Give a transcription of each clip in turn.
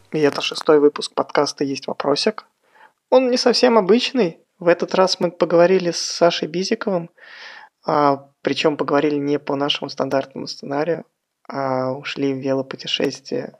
И это 6-й выпуск подкаста «Есть вопросик». Он не совсем обычный. В этот раз мы поговорили с Сашей Бизиковым, причем поговорили не по нашему стандартному сценарию, а ушли в велопутешествие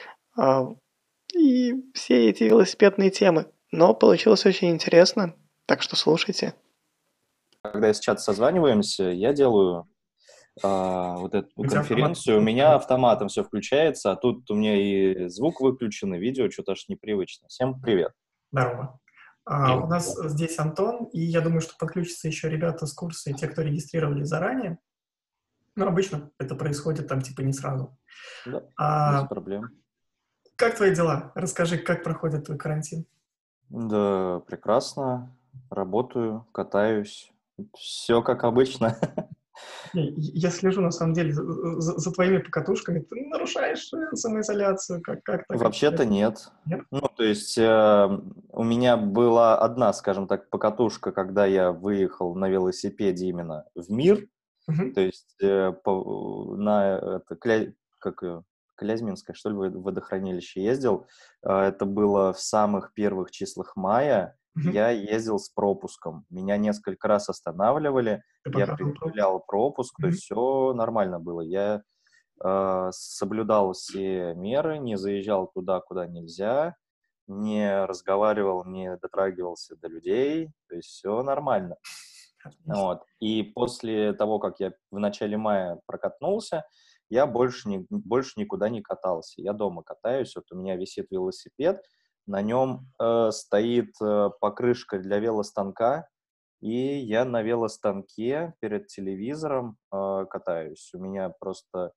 и все эти велосипедные темы. Но получилось очень интересно, так что слушайте. Когда сейчас созваниваемся, я делаю вот эту конференцию, у автомат меня автоматом все включается, а тут у меня и звук выключен, и видео, что-то аж непривычно. Всем привет. Здорово. У нас здесь Антон, и я думаю, что подключатся еще ребята с курса и те, кто регистрировали заранее. Но обычно это происходит там типа не сразу. Да, без проблем. Как твои дела? Расскажи, как проходит твой карантин? Да, прекрасно. Работаю, катаюсь. Все как обычно. Я слежу, на самом деле, за твоими покатушками. Ты нарушаешь самоизоляцию? Как так? Вообще-то нет. Нет? Ну, то есть у меня была одна, скажем так, покатушка, когда я выехал на велосипеде именно в мир. Угу. То есть на как её, Клязьминское, что ли, водохранилище ездил. Это было в самых первых числах мая. Угу. Я ездил с пропуском. Меня несколько раз останавливали. Ты Я показывал предъявлял пропуск, то Угу. есть все нормально было. Я соблюдал все меры, не заезжал туда, куда нельзя, не разговаривал, не дотрагивался до людей. То есть все нормально. Отлично. Вот. И после того, как я в начале мая прокатнулся, я больше никуда не катался. Я дома катаюсь, вот у меня висит велосипед, на нем стоит покрышка для велостанка, и я на велостанке перед телевизором катаюсь. У меня просто,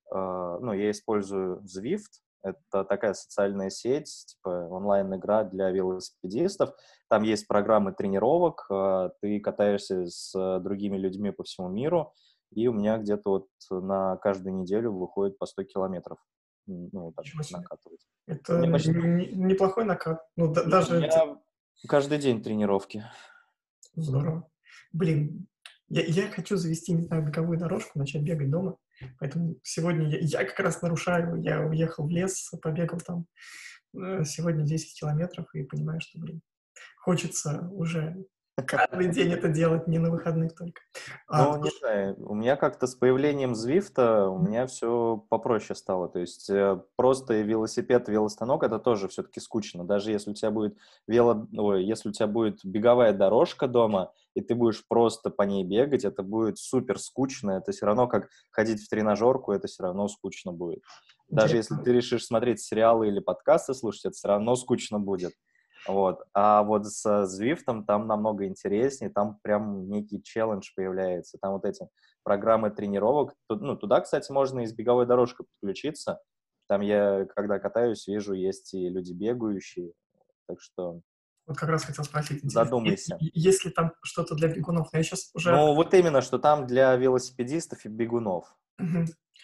я использую Zwift, это такая социальная сеть, типа онлайн-игра для велосипедистов. Там есть программы тренировок, ты катаешься с другими людьми по всему миру, и у меня где-то вот на каждую неделю выходит по 100 километров. Ну, так Ничего себе. накатывать. Это У меня почти... неплохой накат. Ну, У даже меня каждый день тренировки. здорово. Блин, я хочу завести, не знаю, беговую дорожку, начать бегать дома. Поэтому сегодня я как раз нарушаю. Я уехал в лес, побегал там сегодня 10 километров и понимаю, что, блин, хочется уже каждый день это делать, не на выходных только. Ну, не Слушай, знаю, у меня как-то с появлением Звифта у меня все попроще стало. То есть просто велосипед, велостанок это тоже все-таки скучно. Даже если у тебя будет если у тебя будет беговая дорожка дома, и ты будешь просто по ней бегать, это будет супер скучно. Это все равно как ходить в тренажерку, это все равно скучно будет. Даже если интересно. ты решишь смотреть сериалы или подкасты слушать, это все равно скучно будет. Вот. А вот с Zwift там намного интереснее, там прям некий челлендж появляется. Там вот эти программы тренировок. Туда, кстати, можно и с беговой дорожкой подключиться. Там я, когда катаюсь, вижу, есть и люди бегающие. Так что Вот как раз хотел спросить, интересно, задумайся. есть ли там что-то для бегунов? Но я сейчас уже... Ну, вот именно, что там для велосипедистов и бегунов. Мгм.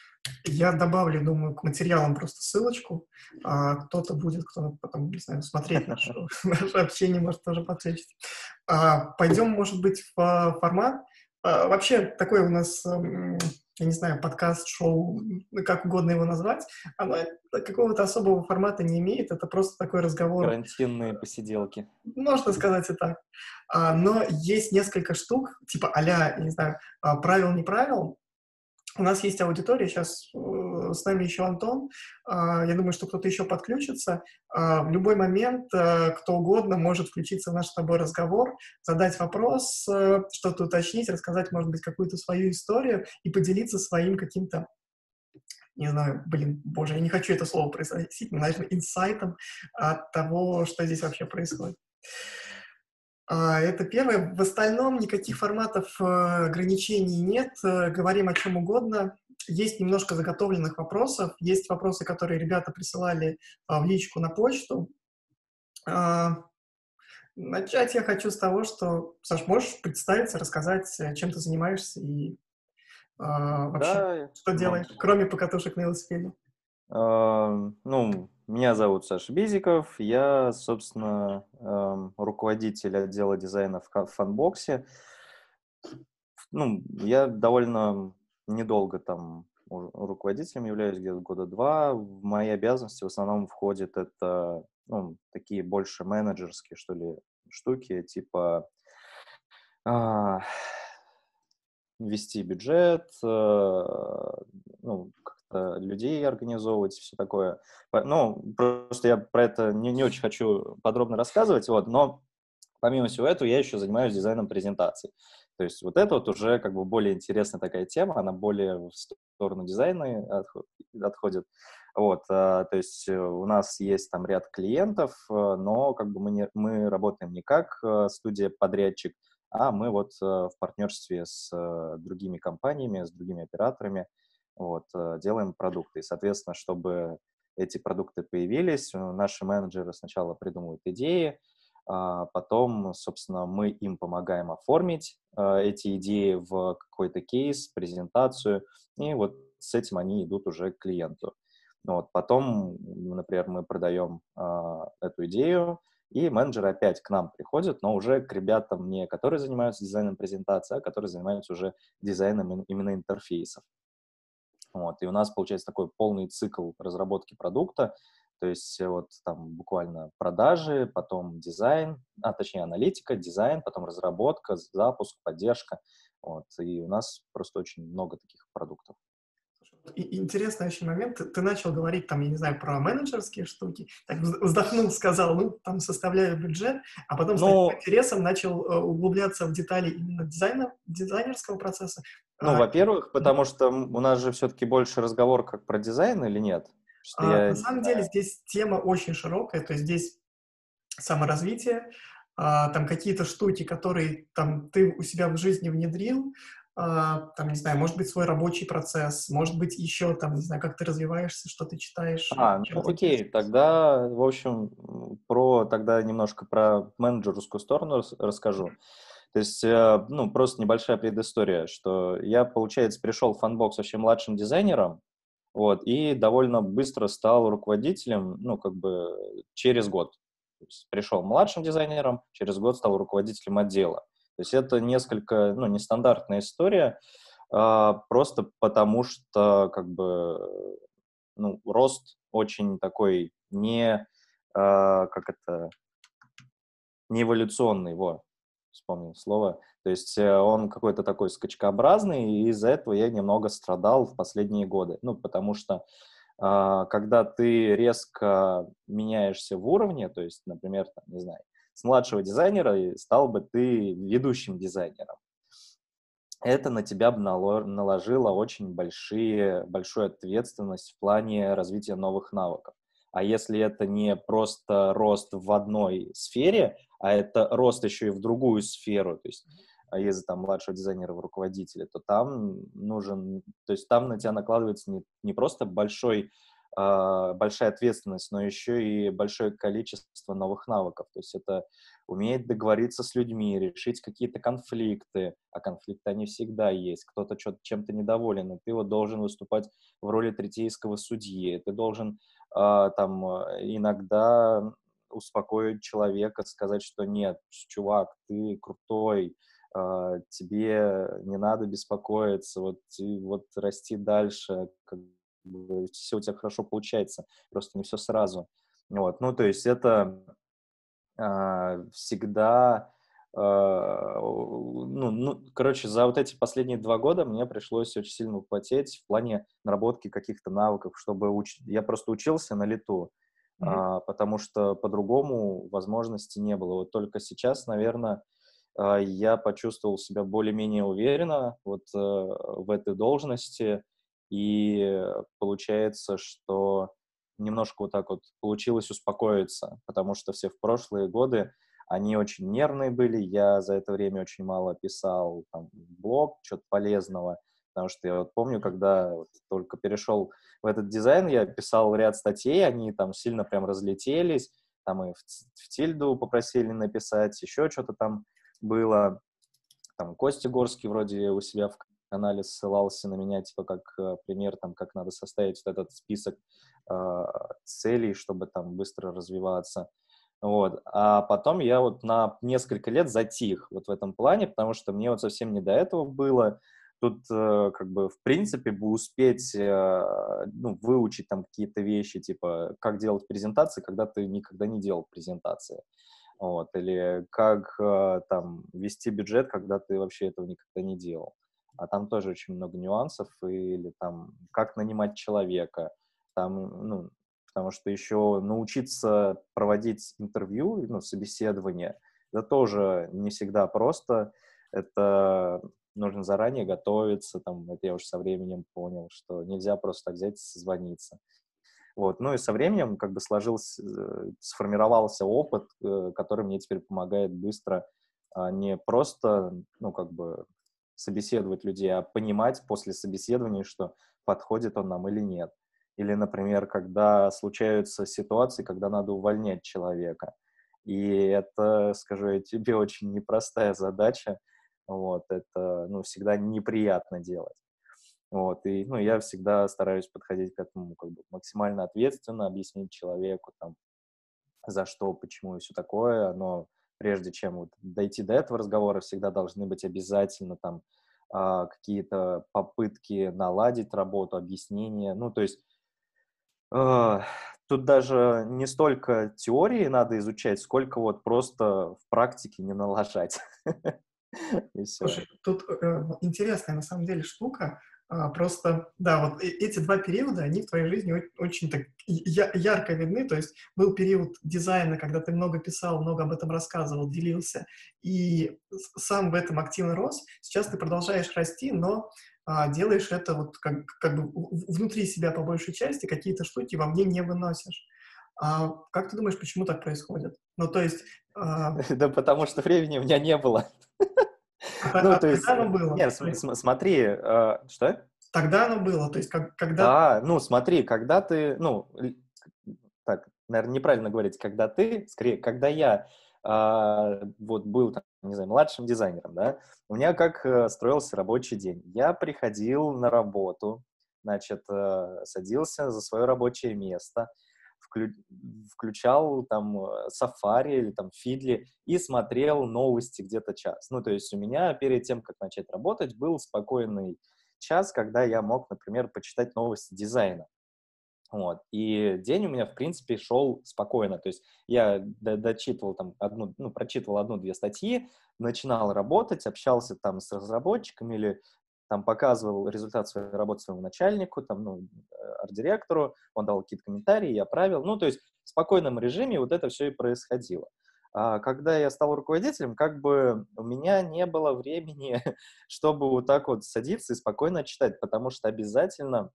Я добавлю, думаю, к материалам просто ссылочку. Кто-то будет, кто потом, не знаю, смотреть наше общение, может тоже подключить. Пойдем, может быть, в формат. Вообще, такой у нас, я не знаю, подкаст, шоу, ну, как угодно его назвать, оно какого-то особого формата не имеет. Это просто такой разговор, Карантинные посиделки. можно сказать и так. Но есть несколько штук, типа а-ля, я не знаю, правил-не правил. У нас есть аудитория, сейчас с нами еще Антон, я думаю, что кто-то еще подключится. В любой момент кто угодно может включиться в наш с тобой разговор, задать вопрос, что-то уточнить, рассказать, может быть, какую-то свою историю и поделиться своим каким-то, не знаю, боже, я не хочу это слово произносить, но, наверное, инсайтом от того, что здесь вообще происходит. Это первое. В остальном никаких форматов ограничений нет. Говорим о чем угодно. Есть немножко заготовленных вопросов. Есть вопросы, которые ребята присылали в личку на почту. Начать я хочу с того, что, Саш, можешь представиться, рассказать, чем ты занимаешься и вообще, Да, что делаешь, могу. кроме покатушек на велосипеде? Меня зовут Саша Бизиков, я, собственно, руководитель отдела дизайна в Фанбоксе. Я довольно недолго там руководителем являюсь где-то года 2. В мои обязанности в основном входит это, ну, такие больше менеджерские, что ли, штуки, типа а, вести бюджет, ну, как-то людей организовывать, все такое. Ну, просто я про это не очень хочу подробно рассказывать, вот, но помимо всего этого, я еще занимаюсь дизайном презентаций. То есть вот это вот уже как бы более интересная такая тема, она более в сторону дизайна отходит. Вот, то есть у нас есть там ряд клиентов, но как бы мы работаем не как студия-подрядчик, а мы вот в партнерстве с другими компаниями, с другими операторами вот, делаем продукты. И, соответственно, чтобы эти продукты появились, наши менеджеры сначала придумывают идеи, потом, собственно, мы им помогаем оформить эти идеи в какой-то кейс, презентацию, и вот с этим они идут уже к клиенту. Вот. Потом, например, мы продаем эту идею, и менеджеры опять к нам приходят, но уже к ребятам не которые занимаются дизайном презентации, а которые занимаются уже дизайном именно интерфейсов. Вот. И у нас получается такой полный цикл разработки продукта, то есть вот там буквально продажи, потом дизайн, точнее аналитика, дизайн, потом разработка, запуск, поддержка. Вот. И у нас просто очень много таких продуктов. И интересный очень момент. Ты начал говорить там, я не знаю, про менеджерские штуки, так вздохнул, сказал, ну, там, составляю бюджет, а потом с таким Ну, интересом начал углубляться в детали именно дизайнерского процесса. во-первых, потому что у нас же все-таки больше разговор как про дизайн или нет? Что я На не самом деле знаю. здесь тема очень широкая, то есть здесь саморазвитие, там какие-то штуки, которые там ты у себя в жизни внедрил, там, не знаю, может быть, свой рабочий процесс, может быть, еще там, не знаю, как ты развиваешься, что ты читаешь, чем Ну ты окей, интересуешься. тогда, в общем, тогда немножко про менеджерскую сторону расскажу. То есть, ну, просто небольшая предыстория, что я, получается, пришел в Funbox вообще младшим дизайнером, вот, и довольно быстро стал руководителем, ну, как бы через год. То есть пришел младшим дизайнером, через год стал руководителем отдела. То есть это несколько, ну, нестандартная история, просто потому что, как бы, ну, рост очень такой как это, не эволюционный, вспомнил слово. То есть он какой-то такой скачкообразный, и из-за этого я немного страдал в последние годы. Ну, потому что когда ты резко меняешься в уровне, то есть, например, там, не знаю, с младшего дизайнера стал бы ты ведущим дизайнером, это на тебя бы наложило очень большую ответственность в плане развития новых навыков. А если это не просто рост в одной сфере, а это рост еще и в другую сферу, то есть если там младшего дизайнера в руководителе, то там нужен, то есть там на тебя накладывается не просто большая ответственность, но еще и большое количество новых навыков. То есть это уметь договориться с людьми, решить какие-то конфликты, а конфликты они всегда есть. Кто-то чем-то недоволен, и ты вот должен выступать в роли третейского судьи, ты должен иногда успокоить человека, сказать, что нет, чувак, ты крутой, тебе не надо беспокоиться, вот расти дальше, как бы все у тебя хорошо получается, просто не все сразу. Вот, ну, то есть это всегда, короче, за вот эти последние 2 года мне пришлось очень сильно попотеть в плане наработки каких-то навыков, чтобы я просто учился на лету, Мгм. потому что по-другому возможности не было. Вот только сейчас, наверное, я почувствовал себя более-менее уверенно вот в этой должности, и получается, что немножко вот так вот получилось успокоиться, потому что все в прошлые годы, они очень нервные были, я за это время очень мало писал там в блог, что-то полезного, потому что я вот помню, когда вот только перешел в этот дизайн, я писал ряд статей, они там сильно прям разлетелись, там и в Тильду попросили написать, еще что-то там было, там Костя Горский вроде у себя в канале ссылался на меня, типа, как пример, там, как надо составить вот этот список целей, чтобы там быстро развиваться. Вот. А потом я вот на несколько лет затих вот в этом плане, потому что мне вот совсем не до этого было. тут как бы в принципе бы успеть ну, выучить там какие-то вещи, типа как делать презентации, когда ты никогда не делал презентации. Вот, или как там вести бюджет, когда ты вообще этого никогда не делал. А там тоже очень много нюансов, или там как нанимать человека, там, ну, потому что еще научиться проводить интервью, ну, собеседование, это тоже не всегда просто, это нужно заранее готовиться, там, это я уже со временем понял, что нельзя просто так взять и созвониться. Вот. Ну и со временем как бы сформировался опыт, который мне теперь помогает быстро не просто, ну, как бы собеседовать людей, а понимать после собеседования, что подходит он нам или нет. Или, например, когда случаются ситуации, когда надо увольнять человека. И это, скажу я тебе, очень непростая задача. Вот. Это, ну, всегда неприятно делать. Вот, и, ну, я всегда стараюсь подходить к этому как бы максимально ответственно, объяснить человеку, там, за что, почему и все такое, но прежде чем вот дойти до этого разговора, всегда должны быть обязательно там какие-то попытки наладить работу, объяснения, ну, то есть а, тут даже не столько теории надо изучать, сколько вот просто в практике не налажать, и все. Слушай, тут интересная на самом деле штука. Просто, да, вот эти два периода, они в твоей жизни очень так ярко видны. То есть был период дизайна, когда ты много писал, много об этом рассказывал, делился, и сам в этом активно рос. Сейчас ты продолжаешь расти, но делаешь это вот как бы внутри себя по большей части, какие-то штуки во мне не выносишь. Как ты думаешь, почему так происходит? Ну, то есть, Да потому что времени у меня не было. Ну, то есть, тогда оно было. нет, смотри, что? Тогда оно было, то есть когда... Да, ну, смотри, когда ты, ну, так, наверное, неправильно говорить, когда ты, скорее, когда я вот был, там, не знаю, младшим дизайнером, да, у меня как строился рабочий день. Я приходил на работу, значит, садился за свое рабочее место, вклю- включал там Safari или там Фидли и смотрел новости где-то час. Ну, то есть у меня перед тем, как начать работать, был спокойный час, когда я мог, например, почитать новости дизайна. Вот. И день у меня, в принципе, шел спокойно. То есть я дочитывал там ну, прочитывал одну-две статьи, начинал работать, общался там с разработчиками или там показывал результат своей работы своему начальнику, там, ну, арт-директору, он дал какие-то комментарии, я правил. Ну, то есть в спокойном режиме вот это все и происходило. А когда я стал руководителем, как бы у меня не было времени, чтобы вот так вот садиться и спокойно читать, потому что обязательно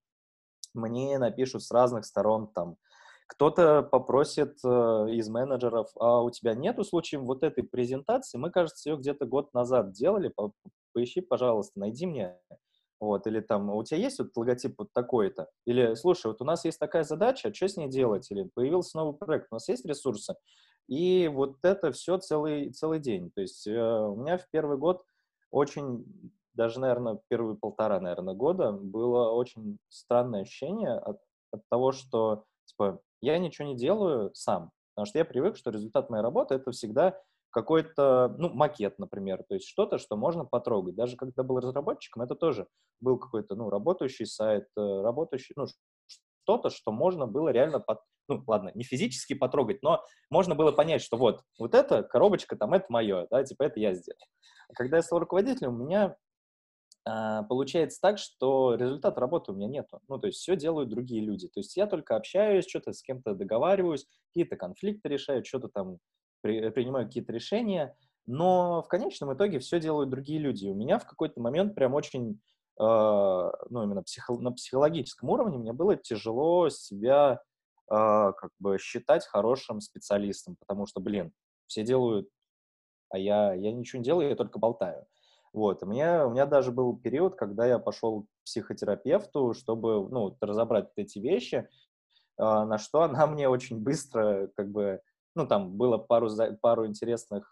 мне напишут с разных сторон там. Кто-то попросит из менеджеров, а у тебя нету случаев вот этой презентации? Мы, кажется, ее где-то год назад делали, поищи, пожалуйста, найди мне. Вот, или там, у тебя есть вот логотип вот такой-то? Или, слушай, вот у нас есть такая задача, что с ней делать? Или появился новый проект, у нас есть ресурсы? И вот это все целый день. То есть у меня в первый год очень даже, наверное, первые 1,5, наверное, года было очень странное ощущение от того, что, типа, я ничего не делаю сам, потому что я привык, что результат моей работы — это всегда какой-то, ну, макет, например, то есть что-то, что можно потрогать. Даже когда был разработчиком, это тоже был какой-то, ну, работающий сайт, работающий, ну, что-то, что можно было реально, ну, ладно, не физически потрогать, но можно было понять, что вот эта коробочка, там, это мое, да, типа, это я сделал. А когда я стал руководителем, у меня получается так, что результата работы у меня нету. Ну, то есть все делают другие люди. То есть я только общаюсь, что-то с кем-то договариваюсь, какие-то конфликты решаю, что-то там принимаю какие-то решения, но в конечном итоге все делают другие люди. И у меня в какой-то момент прям очень, ну, именно на психологическом уровне мне было тяжело себя как бы считать хорошим специалистом, потому что, блин, все делают, а я ничего не делаю, я только болтаю. Вот, у меня даже был период, когда я пошел к психотерапевту, чтобы, ну, вот разобрать эти вещи, на что она мне очень быстро, как бы, ну, там было пару интересных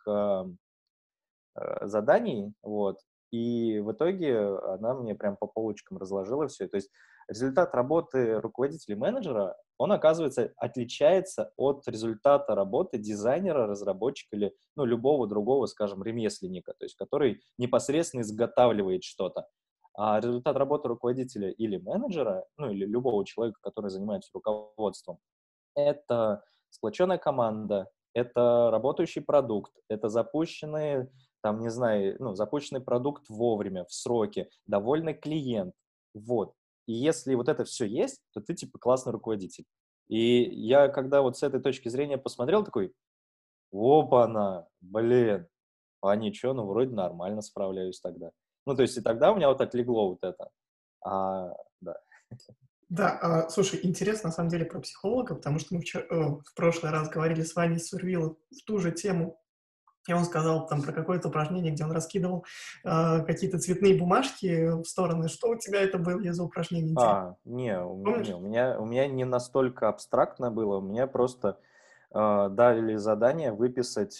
заданий, вот, и в итоге она мне прям по полочкам разложила все. То есть результат работы руководителя и менеджера, он, оказывается, отличается от результата работы дизайнера, разработчика или, ну, любого другого, скажем, ремесленника, то есть который непосредственно изготавливает что-то. А результат работы руководителя или менеджера, ну, или любого человека, который занимается руководством, это сплоченная команда, это работающий продукт, это запущенные, там, не знаю, ну, запущенный продукт вовремя, в сроки, довольный клиент. Вот. И если вот это все есть, то ты, типа, классный руководитель. И я, когда вот с этой точки зрения посмотрел, такой, опа-на, блин, а ничего, ну, вроде нормально справляюсь тогда. Ну, то есть и тогда у меня вот отлегло вот это. Да. Да, слушай, интересно на самом деле про психолога, потому что мы в прошлый раз говорили с Ваней Сурвилов в ту же тему, и он сказал там про какое-то упражнение, где он раскидывал какие-то цветные бумажки в стороны. Что у тебя это было за упражнение? Интересно, Не, помнишь? у меня не настолько абстрактно было, у меня просто дали задание выписать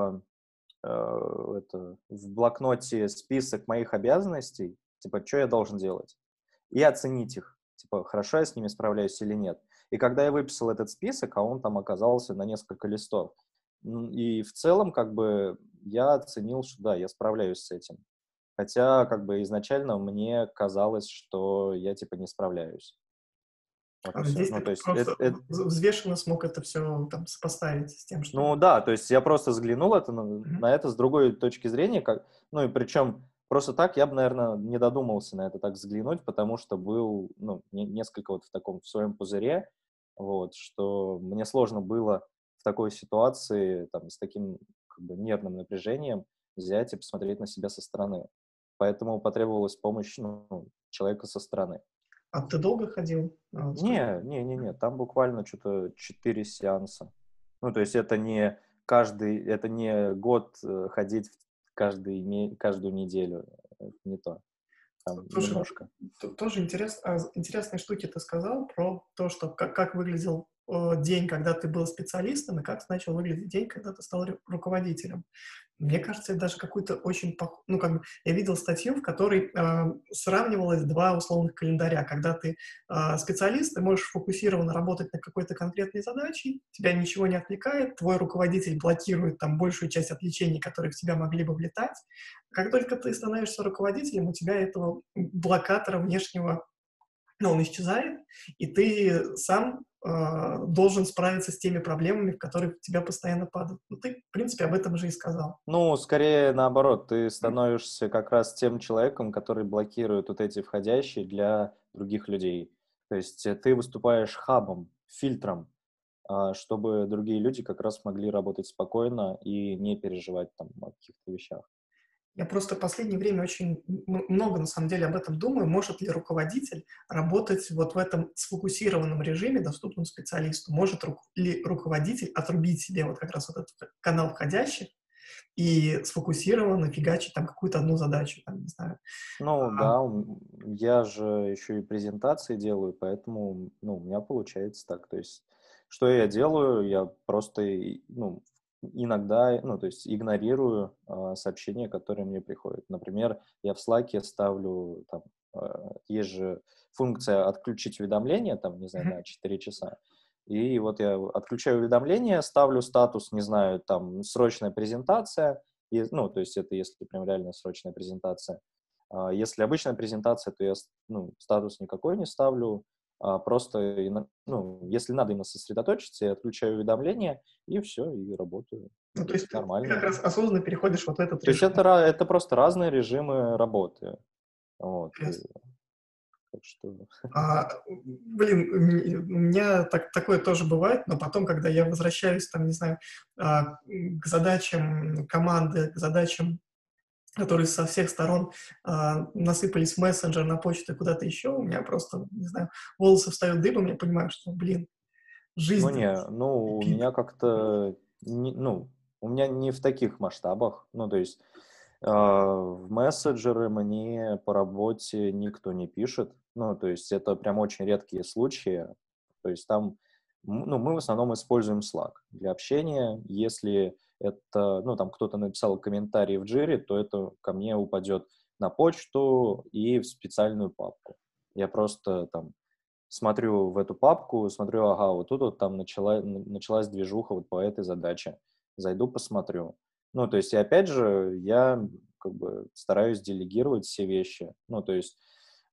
в блокноте список моих обязанностей, типа, что я должен делать, и оценить их, типа, хорошо я с ними справляюсь или нет. И когда я выписал этот список, а он там оказался на несколько листов, и в целом, как бы, я оценил, что да, я справляюсь с этим. Хотя, как бы, изначально мне казалось, что я, типа, не справляюсь. Вот и А все. здесь Ну, ты то есть, просто взвешенно смог это все там сопоставить с тем, что... ну да, то есть я просто взглянул Мгм. на это с другой точки зрения, ну и причем просто так я бы, наверное, не додумался на это так взглянуть, потому что был, ну, несколько вот в таком, в своем пузыре, вот, что мне сложно было в такой ситуации, там, с таким, как бы, нервным напряжением взять и посмотреть на себя со стороны. Поэтому потребовалась помощь, ну, человека со стороны. А ты долго ходил? Сколько? Не, там буквально что-то 4 сеанса. Ну, то есть это не год ходить каждую неделю. Это не то. Там Слушай, вот немножко. тоже интересные штуки ты сказал про то, что как выглядел день, когда ты был специалистом, и как начал выглядеть день, когда ты стал руководителем. Мне кажется, это даже какой-то очень ну, как бы, я видел статью, в которой сравнивалось два условных календаря, когда ты специалист, ты можешь фокусированно работать над какой-то конкретной задачей, тебя ничего не отвлекает, твой руководитель блокирует там большую часть отвлечений, которые в тебя могли бы влетать. Как только ты становишься руководителем, у тебя этого блокатора внешнего, ну, он исчезает, и ты сам должен справиться с теми проблемами, в которые в тебя постоянно падают. Ну, ты, в принципе, об этом же и сказал. Ну, скорее наоборот, ты становишься как раз тем человеком, который блокирует вот эти входящие для других людей. То есть ты выступаешь хабом, фильтром, чтобы другие люди как раз могли работать спокойно и не переживать там о каких-то вещах. Я просто в последнее время очень много, на самом деле, об этом думаю. Может ли руководитель работать вот в этом сфокусированном режиме, доступном специалисту? Может ли руководитель отрубить себе вот как раз вот этот канал входящих и сфокусированно фигачить там какую-то одну задачу, там, не знаю. Ну А, да, я же еще и презентации делаю, поэтому, ну, у меня получается так. То есть, что я делаю? Я просто, ну, иногда, ну, то есть игнорирую сообщения, которые мне приходят. Например, я в Slack ставлю, там, есть же функция отключить уведомления, там, не знаю, мгм. на 4 часа. И вот я отключаю уведомления, ставлю статус, не знаю, там, срочная презентация, и, ну, то есть это если прям реально срочная презентация. Если обычная презентация, то я ну, статус никакой не ставлю, просто, ну, если надо именно сосредоточиться, я отключаю уведомления, и все, и работаю. Ну, Ну, то то есть есть ты как нормально. раз осознанно переходишь вот в этот То есть режим. это просто разные режимы работы. Вот. Так что... У меня такое тоже бывает, но потом, когда я возвращаюсь, там, не знаю, к задачам команды, к задачам, которые со всех сторон насыпались в мессенджер, на почту и куда-то еще, у меня просто, не знаю, волосы встают дыбом, я понимаю, что, блин, Ну, жизнь не, ну, у кипит. меня как-то, ну, у меня не в таких масштабах. Ну, то есть в мессенджеры мне по работе никто не пишет. Ну, то есть это прям очень редкие случаи. То есть там, ну, мы в основном используем Slack для общения. Если это, ну, там кто-то написал комментарий в Jira, то это ко мне упадет на почту и в специальную папку. Я просто там смотрю в эту папку, смотрю, ага, вот тут вот там началась движуха вот по этой задаче. Зайду, посмотрю. Ну, то есть, и опять же, я как бы стараюсь делегировать все вещи. Ну, то есть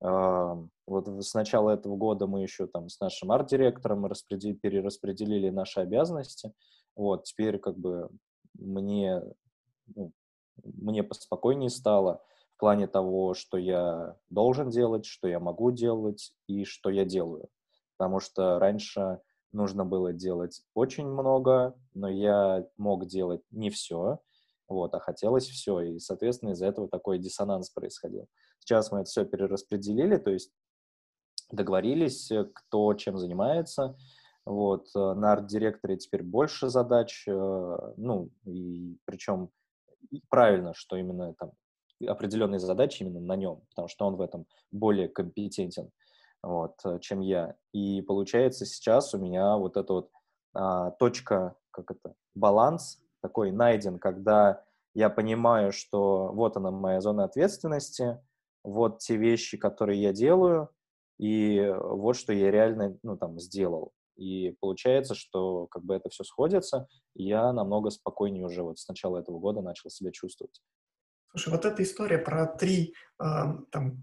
вот с начала этого года мы еще там с нашим арт-директором перераспределили наши обязанности. Вот, теперь как бы мне, ну, мне поспокойнее стало в плане того, что я должен делать, что я могу делать и что я делаю. Потому что раньше нужно было делать очень много, но я мог делать не все, вот, а хотелось все. И, соответственно, из-за этого такой диссонанс происходил. Сейчас мы это все перераспределили, то есть договорились, кто чем занимается. Вот, на арт-директоре теперь больше задач, ну, и причем правильно, что именно там определенные задачи именно на нем, потому что он в этом более компетентен, вот, чем я. И получается сейчас у меня вот эта вот точка, как это, баланс такой найден, когда я понимаю, что вот она моя зона ответственности, вот те вещи, которые я делаю, и вот что я реально, ну, там, сделал. И получается, что как бы это все сходится, и я намного спокойнее уже вот с начала этого года начал себя чувствовать. Слушай, вот эта история про три там,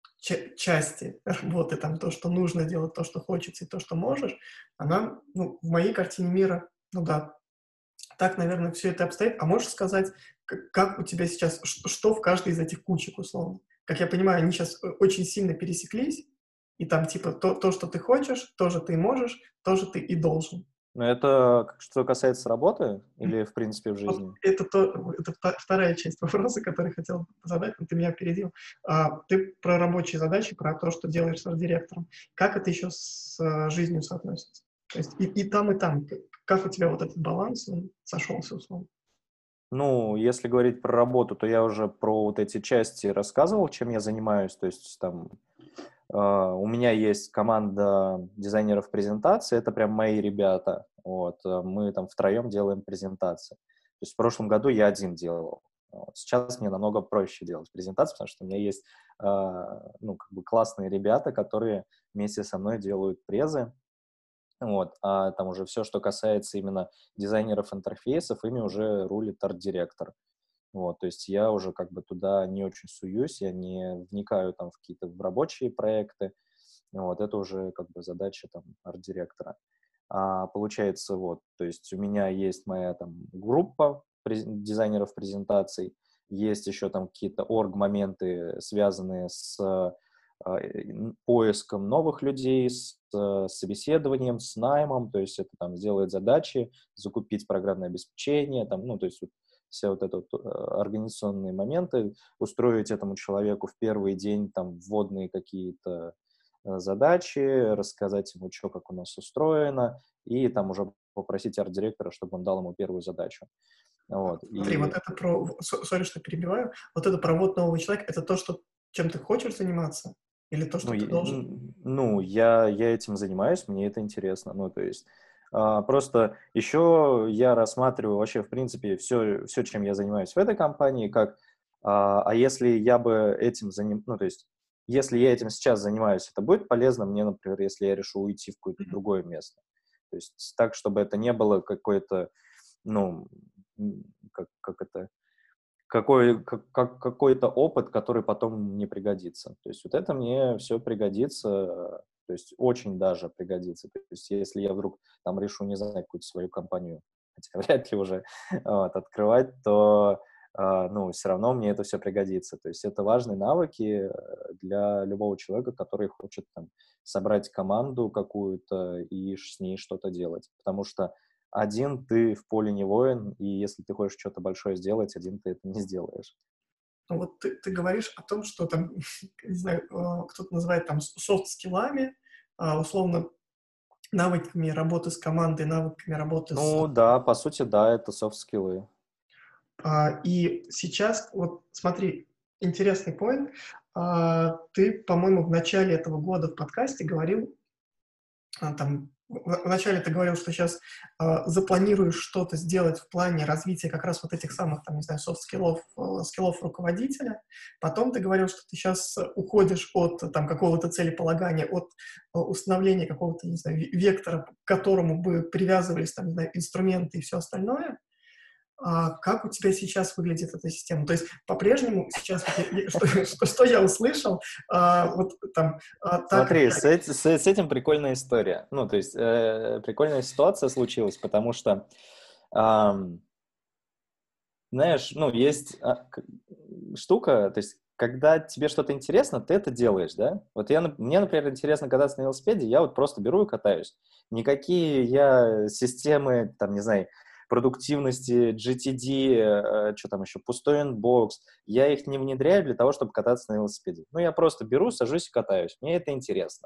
части работы, там, то, что нужно делать, то, что хочется и то, что можешь, она, ну, в моей картине мира, ну да, так, наверное, все это обстоит. А можешь сказать, как у тебя сейчас, что в каждой из этих кучек, условно? Как я понимаю, они сейчас очень сильно пересеклись, и там типа то, что ты хочешь, тоже ты можешь, тоже ты и должен. Но это что касается работы или, в принципе, в Вот жизни? это вторая часть вопроса, который хотел задать, но ты меня опередил. Ты про рабочие задачи, про то, что делаешь с арт-директором. Как это еще с жизнью соотносится? То есть и там, и там. Как у тебя вот этот баланс, он сошелся, условно? Ну, если говорить про работу, то я уже про вот эти части рассказывал, чем я занимаюсь. То есть там у меня есть команда дизайнеров презентации, это прям мои ребята. Вот, мы там втроем делаем презентации. То есть в прошлом году я один делал. Вот. Сейчас мне намного проще делать презентации, потому что у меня есть ну, как бы классные ребята, которые вместе со мной делают презы. Вот. А там уже все, что касается именно дизайнеров интерфейсов, ими уже рулит арт-директор. Вот, то есть я уже как бы туда не очень суюсь, я не вникаю там в какие-то рабочие проекты. Вот, это уже как бы задача там арт-директора. А получается вот, то есть у меня есть моя там группа дизайнеров презентаций, есть еще там какие-то орг-моменты, связанные с поиском новых людей, с собеседованием, с наймом, то есть это там сделать задачи, закупить программное обеспечение, там, ну, то есть вот все вот это вот, организационные моменты, устроить этому человеку в первый день там вводные какие-то задачи, рассказать ему, что как у нас устроено, и там уже попросить арт-директора, чтобы он дал ему первую задачу. Вот. Смотри, вот это про... Сори, что перебиваю. Вот это про вот нового человека, это то, что, чем ты хочешь заниматься? Или то, Ну, что ты должен? я этим занимаюсь, мне это интересно. Ну, то есть просто еще я рассматриваю вообще, в принципе, все, чем я занимаюсь в этой компании, как, а если я бы этим ну, то есть, если я этим сейчас занимаюсь, это будет полезно мне, например, если я решу уйти в какое-то другое место. То есть так, чтобы это не было какой-то, ну, как это, какой-то опыт, который потом не пригодится. То есть вот это мне все пригодится, то есть очень даже пригодится. То есть если я вдруг там решу, не знаю, какую-то свою компанию, хотя вряд ли уже вот, открывать, то ну, все равно мне это все пригодится. То есть это важные навыки для любого человека, который хочет там собрать команду какую-то и с ней что-то делать. Потому что один ты в поле не воин, и если ты хочешь что-то большое сделать, один ты это не сделаешь. Ну, вот ты говоришь о том, что там, не знаю, кто-то называет там софт-скиллами, условно, навыками работы с командой, навыками работы с... Ну да, по сути, да, это софт-скиллы. И сейчас, вот смотри, интересный поинт. Ты, по-моему, в начале этого года в подкасте говорил, там, вначале ты говорил, что сейчас запланируешь что-то сделать в плане развития как раз вот этих самых, там, не знаю, софт-скиллов, скиллов руководителя. Потом ты говорил, что ты сейчас уходишь от там какого-то целеполагания, от установления какого-то, не знаю, вектора, к которому бы привязывались, там, не знаю, инструменты и все остальное. Как у тебя сейчас выглядит эта система? То есть по-прежнему сейчас, что я услышал, вот там, так как Смотри, я... с этим прикольная история. Ну, то есть прикольная ситуация случилась, потому что, ам, знаешь, ну, есть штука, то есть когда тебе что-то интересно, ты это делаешь, да? Вот мне, например, интересно кататься на велосипеде, я вот просто беру и катаюсь. Никакие я системы, там, не знаю, продуктивности, GTD, что там еще, пустой инбокс, я их не внедряю для того, чтобы кататься на велосипеде. Ну, я просто беру, сажусь и катаюсь. Мне это интересно.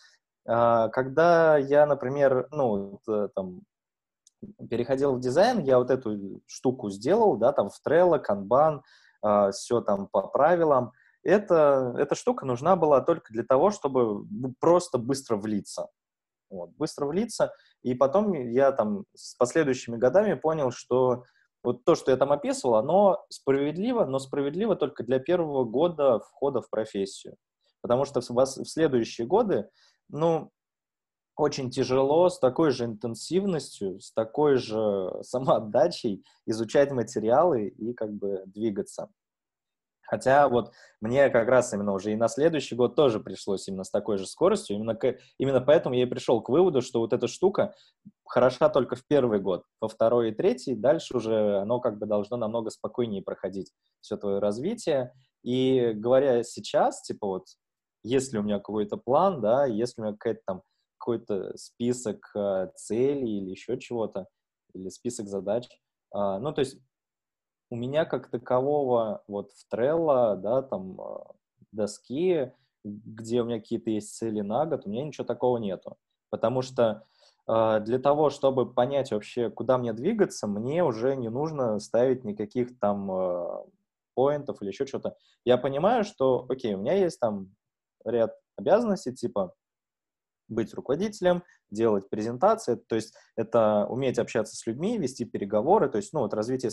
Когда я, например, ну, там, переходил в дизайн, я вот эту штуку сделал, да, там, в Trello, Kanban, все там по правилам. Эта штука нужна была только для того, чтобы просто быстро влиться. Вот, быстро влиться. И потом я там с последующими годами понял, что вот то, что я там описывал, оно справедливо, но справедливо только для первого года входа в профессию. Потому что в следующие годы, ну, очень тяжело с такой же интенсивностью, с такой же самоотдачей изучать материалы и как бы двигаться. Хотя вот мне как раз именно уже и на следующий год тоже пришлось именно с такой же скоростью. Именно поэтому я и пришел к выводу, что вот эта штука хороша только в первый год. Во второй и третий дальше уже оно как бы должно намного спокойнее проходить все твое развитие. И говоря сейчас, типа вот, если у меня какой-то план, да, если у меня какой-то список целей или еще чего-то, или список задач, ну, то есть у меня как такового вот в Trello, да, там, доски, где у меня какие-то есть цели на год, у меня ничего такого нету. Потому что для того, чтобы понять вообще, куда мне двигаться, мне уже не нужно ставить никаких там поинтов или еще что-то. Я понимаю, что, окей, у меня есть там ряд обязанностей, типа быть руководителем, делать презентации, то есть это уметь общаться с людьми, вести переговоры, то есть, ну, вот развитие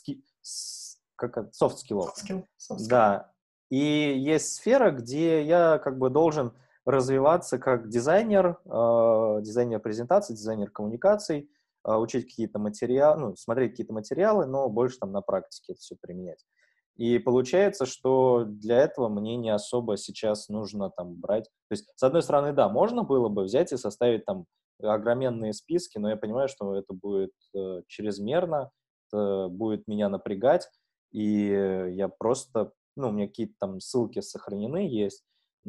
софт-скиллов. Да. И есть сфера, где я как бы должен развиваться как дизайнер, дизайнер презентаций, дизайнер коммуникаций, учить какие-то материалы, ну, смотреть какие-то материалы, но больше там на практике это все применять. И получается, что для этого мне не особо сейчас нужно там брать. То есть, с одной стороны, да, можно было бы взять и составить там огроменные списки, но я понимаю, что это будет чрезмерно, это будет меня напрягать, и я просто, ну, у меня какие-то там ссылки сохранены есть,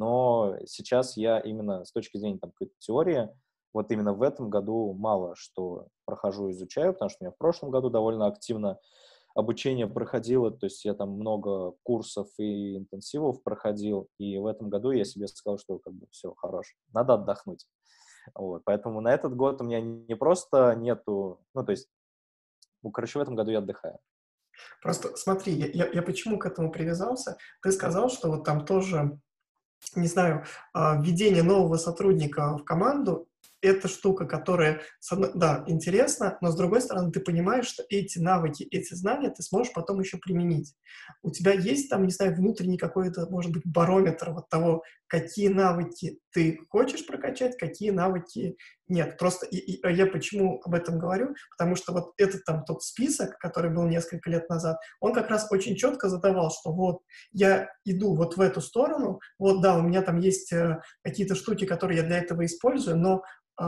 но сейчас я именно с точки зрения там какой-то теории, вот именно в этом году мало что прохожу, изучаю, потому что у меня в прошлом году довольно активно обучение проходило, то есть я там много курсов и интенсивов проходил, и в этом году я себе сказал, что как бы все, хорош, надо отдохнуть. Вот, поэтому на этот год у меня не просто нету, ну, то есть, ну, короче, в этом году я отдыхаю. Просто смотри, я почему к этому привязался? Ты сказал, что вот там тоже, не знаю, введение нового сотрудника в команду — это штука, которая, да, интересна, но с другой стороны ты понимаешь, что эти навыки, эти знания ты сможешь потом еще применить. У тебя есть там, не знаю, внутренний какой-то, может быть, барометр вот того, какие навыки ты хочешь прокачать, какие навыки нет. Просто я почему об этом говорю? Потому что вот этот там тот список, который был несколько лет назад, он как раз очень четко задавал, что вот я иду вот в эту сторону, вот да, у меня там есть какие-то штуки, которые я для этого использую, но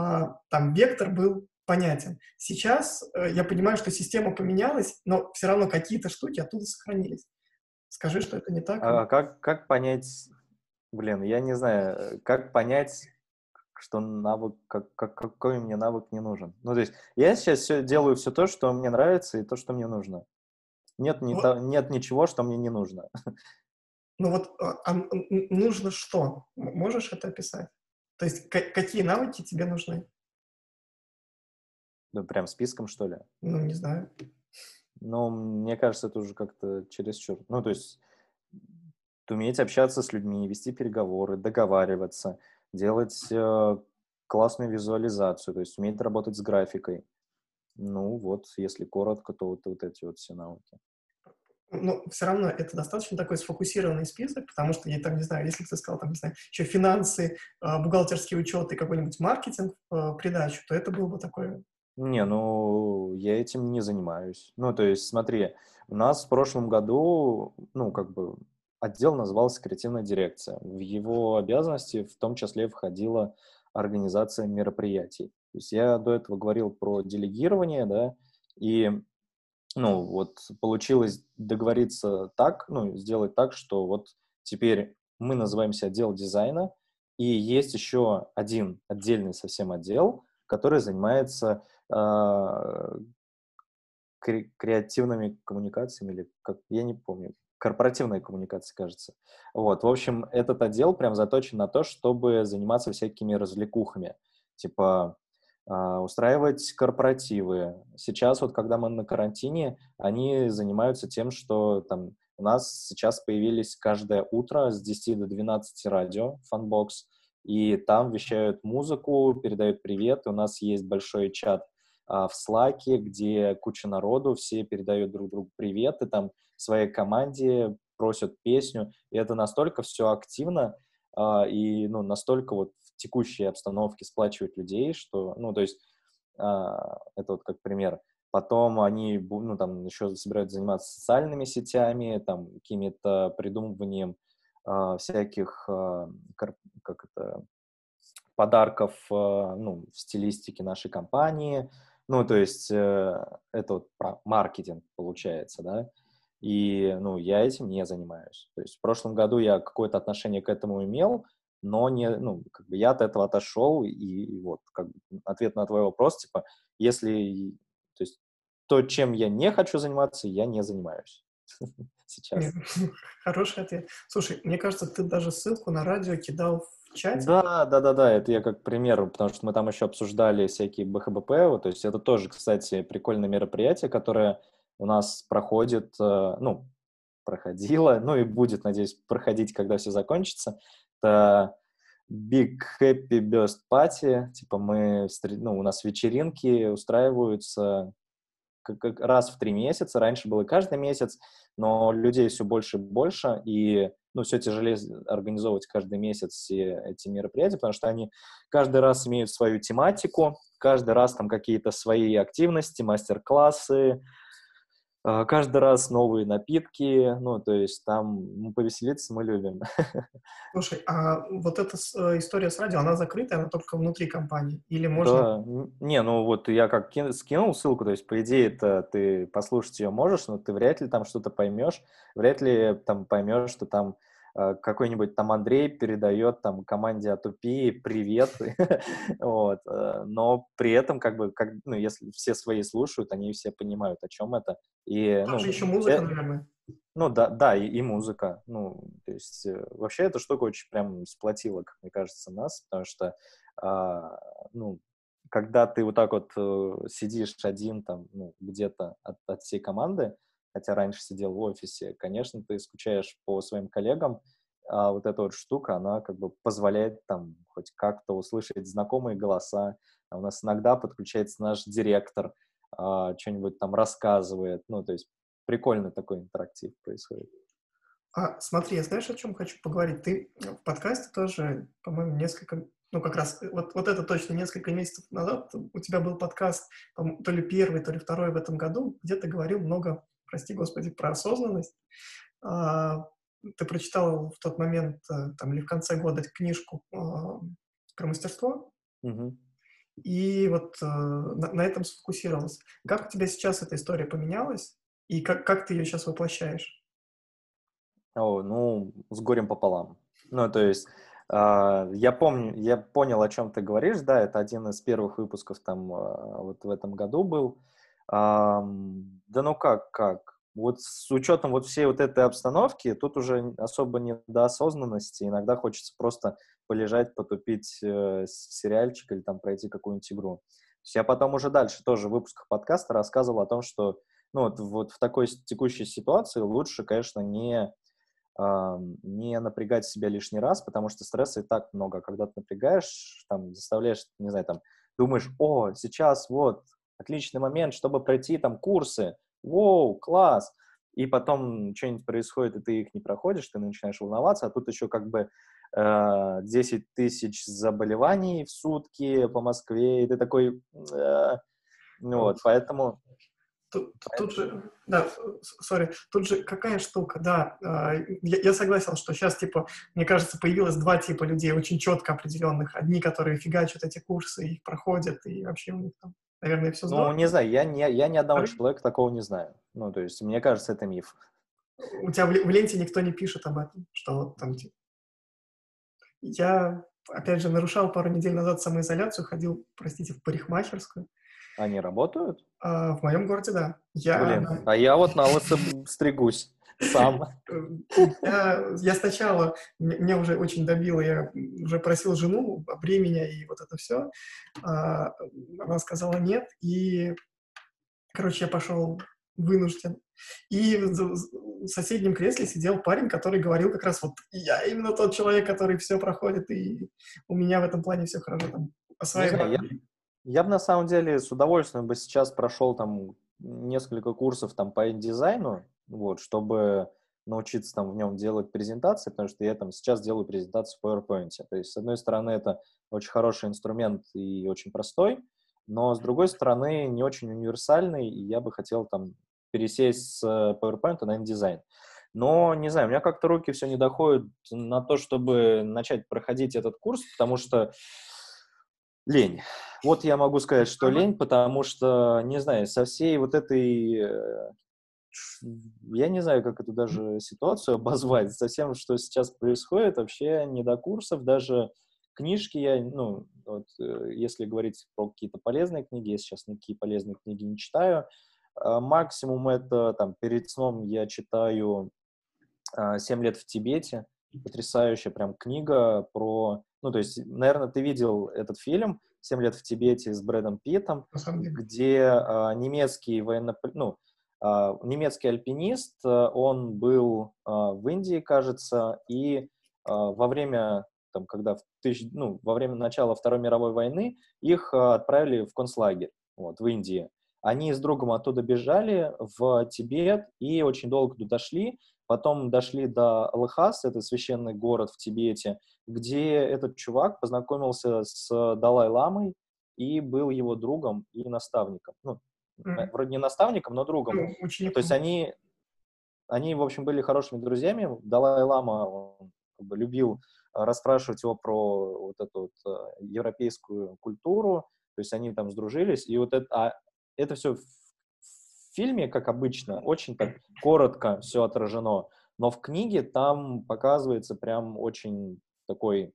там вектор был понятен. Сейчас я понимаю, что система поменялась, но все равно какие-то штуки оттуда сохранились. Скажи, что это не так. А как понять, блин, я не знаю, как понять, что навык, какой мне навык не нужен? Ну, то есть я сейчас делаю все то, что мне нравится, и то, что мне нужно. Вот, Нет ничего, что мне не нужно. ну вот нужно что? Можешь это описать? То есть какие навыки тебе нужны? Ну, прям списком, что ли? Ну, не знаю. Ну, мне кажется, это уже как-то чересчур. Ну, то есть уметь общаться с людьми, вести переговоры, договариваться, делать классную визуализацию, то есть уметь работать с графикой. Ну, вот, если коротко, то вот эти вот все навыки. Но все равно это достаточно такой сфокусированный список, потому что, я там не знаю, если бы ты сказал, там, не знаю, еще финансы, бухгалтерский учет и какой-нибудь маркетинг придачу, то это был бы такой Не, ну, я этим не занимаюсь. Ну, то есть, смотри, у нас в прошлом году, ну, как бы, отдел назывался «Креативная дирекция». В его обязанности в том числе входила организация мероприятий. То есть я до этого говорил про делегирование, да, и, ну, вот получилось договориться так, ну, сделать так, что вот теперь мы называемся отдел дизайна, и есть еще один отдельный совсем отдел, который занимается а, креативными коммуникациями или как, я не помню, корпоративная коммуникация, кажется. Вот, в общем, этот отдел прям заточен на то, чтобы заниматься всякими развлекухами, типа устраивать корпоративы. Сейчас вот, когда мы на карантине, они занимаются тем, что там у нас сейчас появились каждое утро с 10 до 12 радио, фанбокс, и там вещают музыку, передают привет. У нас есть большой чат в Слаке, где куча народу, все передают друг другу привет, и там своей команде просят песню. И это настолько все активно, и ну, настолько вот в текущей обстановке сплачивает людей, что, ну, то есть, это вот как пример. Потом они, ну, там еще собираются заниматься социальными сетями, там, какими-то придумыванием всяких, как это, подарков, ну, в стилистике нашей компании. Ну, то есть это вот про маркетинг получается, да. И, ну, я этим не занимаюсь. То есть в прошлом году я какое-то отношение к этому имел, но не, ну, как бы я от этого отошел, и вот, как бы, ответ на твой вопрос, типа, если, то есть то, чем я не хочу заниматься, я не занимаюсь Нет, сейчас. хороший ответ. Слушай, мне кажется, ты даже ссылку на радио кидал в чате. Да, да-да-да, это я как пример, потому что мы там еще обсуждали всякие БХБП, вот, то есть это тоже, кстати, прикольное мероприятие, которое у нас проходит, ну, проходило, ну и будет, надеюсь, проходить, когда все закончится. Это Big Happy Burst Party, типа мы, ну, у нас вечеринки устраиваются как раз в 3 месяца. Раньше было каждый месяц, но людей все больше и больше, и, ну, все тяжелее организовывать каждый месяц все эти мероприятия, потому что они каждый раз имеют свою тематику, каждый раз там какие-то свои активности, мастер-классы, каждый раз новые напитки, ну, то есть там повеселиться мы любим. Слушай, а вот эта история с радио, она закрытая, она только внутри компании? Или можно... Да, не, ну вот я как скинул ссылку, то есть, по идее, это ты послушать ее можешь, но ты вряд ли там что-то поймешь, вряд ли там поймешь, что там какой-нибудь там Андрей передает там команде от УПИ привет, вот, но при этом как бы, как, ну, если все свои слушают, они все понимают, о чем это, и, Там же ну, еще музыка, наверное. ну да, да, и музыка. Ну, то есть вообще эта штука очень прям сплотила, как мне кажется, нас, потому что, а, ну, когда ты вот так вот сидишь один там, ну, где-то от всей команды, хотя раньше сидел в офисе, конечно, ты скучаешь по своим коллегам, а вот эта вот штука, она как бы позволяет там хоть как-то услышать знакомые голоса. А у нас иногда подключается наш директор, что-нибудь там рассказывает, ну, то есть прикольно такой интерактив происходит. Смотри, я знаешь, о чем хочу поговорить? Ты в подкасте тоже, по-моему, несколько, ну, как раз, вот это точно несколько месяцев назад у тебя был подкаст, то ли первый, то ли второй в этом году, где ты говорил много, прости господи, про осознанность. А, Ты прочитал в тот момент, там, или в конце года книжку про мастерство, Мгм. и вот на этом сфокусировался. Как у тебя сейчас эта история поменялась, и как ты ее сейчас воплощаешь? О, ну, с горем пополам. Ну, то есть, я помню, я понял, о чем ты говоришь, да, это один из первых выпусков там вот в этом году был. Да ну как? Вот с учетом вот всей вот этой обстановки, тут уже особо не до осознанности, иногда хочется просто полежать, потупить сериальчик или там пройти какую-нибудь игру. То есть я потом уже дальше тоже в выпусках подкаста рассказывал о том, что ну, вот в такой текущей ситуации лучше, конечно, не напрягать себя лишний раз, потому что стресса и так много. Когда ты напрягаешь, там, заставляешь, не знаю, там, думаешь, о, сейчас вот отличный момент, чтобы пройти там курсы, воу, класс, и потом что-нибудь происходит, и ты их не проходишь, ты начинаешь волноваться, а тут еще как бы 10 тысяч заболеваний в сутки по Москве, и ты такой, Вот, поэтому... Тут же, да, тут же какая штука, да, я согласен, что сейчас, типа, мне кажется, появилось два типа людей очень четко определенных. Одни, которые фигачат эти курсы, их проходят, и вообще у них там, наверное, все Ну, не здорово. знаю, я ни одного Вторые, человека такого не знаю. Ну, то есть, мне кажется, это миф. у тебя в ленте никто не пишет об этом, что вот там, типа. Я, опять же, нарушал пару недель назад самоизоляцию, ходил, простите, в парикмахерскую. Они работают? В моем городе, да. Блин, а я вот на лысо стригусь сам. Я сначала, меня уже очень добило, я уже просил жену обрей меня и вот это все. Она сказала нет, и, короче, я пошел вынужден. И в соседнем кресле сидел парень, который говорил как раз вот, я именно тот человек, который все проходит, и у меня в этом плане все хорошо. Там, Не знаю, я бы на самом деле с удовольствием бы сейчас прошел там несколько курсов там по дизайну, вот, чтобы научиться там в нем делать презентации, потому что я там сейчас делаю презентацию в PowerPoint. То есть, с одной стороны, это очень хороший инструмент и очень простой, но с другой стороны, не очень универсальный, и я бы хотел там пересесть с PowerPoint на InDesign. Но, не знаю, у меня как-то руки все не доходят на то, чтобы начать проходить этот курс, потому что лень. Вот я могу сказать, что лень, потому что, не знаю, со всей вот этой, я не знаю, как эту даже ситуацию обозвать, со всем, что сейчас происходит, вообще не до курсов, даже книжки я, ну, вот, если говорить про какие-то полезные книги, я сейчас никакие полезные книги не читаю, максимум это, там, перед сном я читаю «7 лет в Тибете», потрясающая прям книга про... Ну, то есть, наверное, ты видел этот фильм «7 лет в Тибете» с Брэдом Питтом, на самом деле. где немецкий альпинист, он был в Индии, кажется, и во время, там, когда во время начала Второй мировой войны их отправили в концлагерь, вот, в Индии. Они с другом оттуда бежали в Тибет и очень долго туда шли. Потом дошли до Лхас, это священный город в Тибете, где этот чувак познакомился с Далай-ламой и был его другом и наставником. Ну, вроде не наставником, но другом. Ну, То есть учеником. они, в общем, были хорошими друзьями. Далай-лама, он как бы любил расспрашивать его про вот эту вот европейскую культуру, то есть они там сдружились, и вот это все в фильме, как обычно, очень так коротко все отражено, но в книге там показывается прям очень такой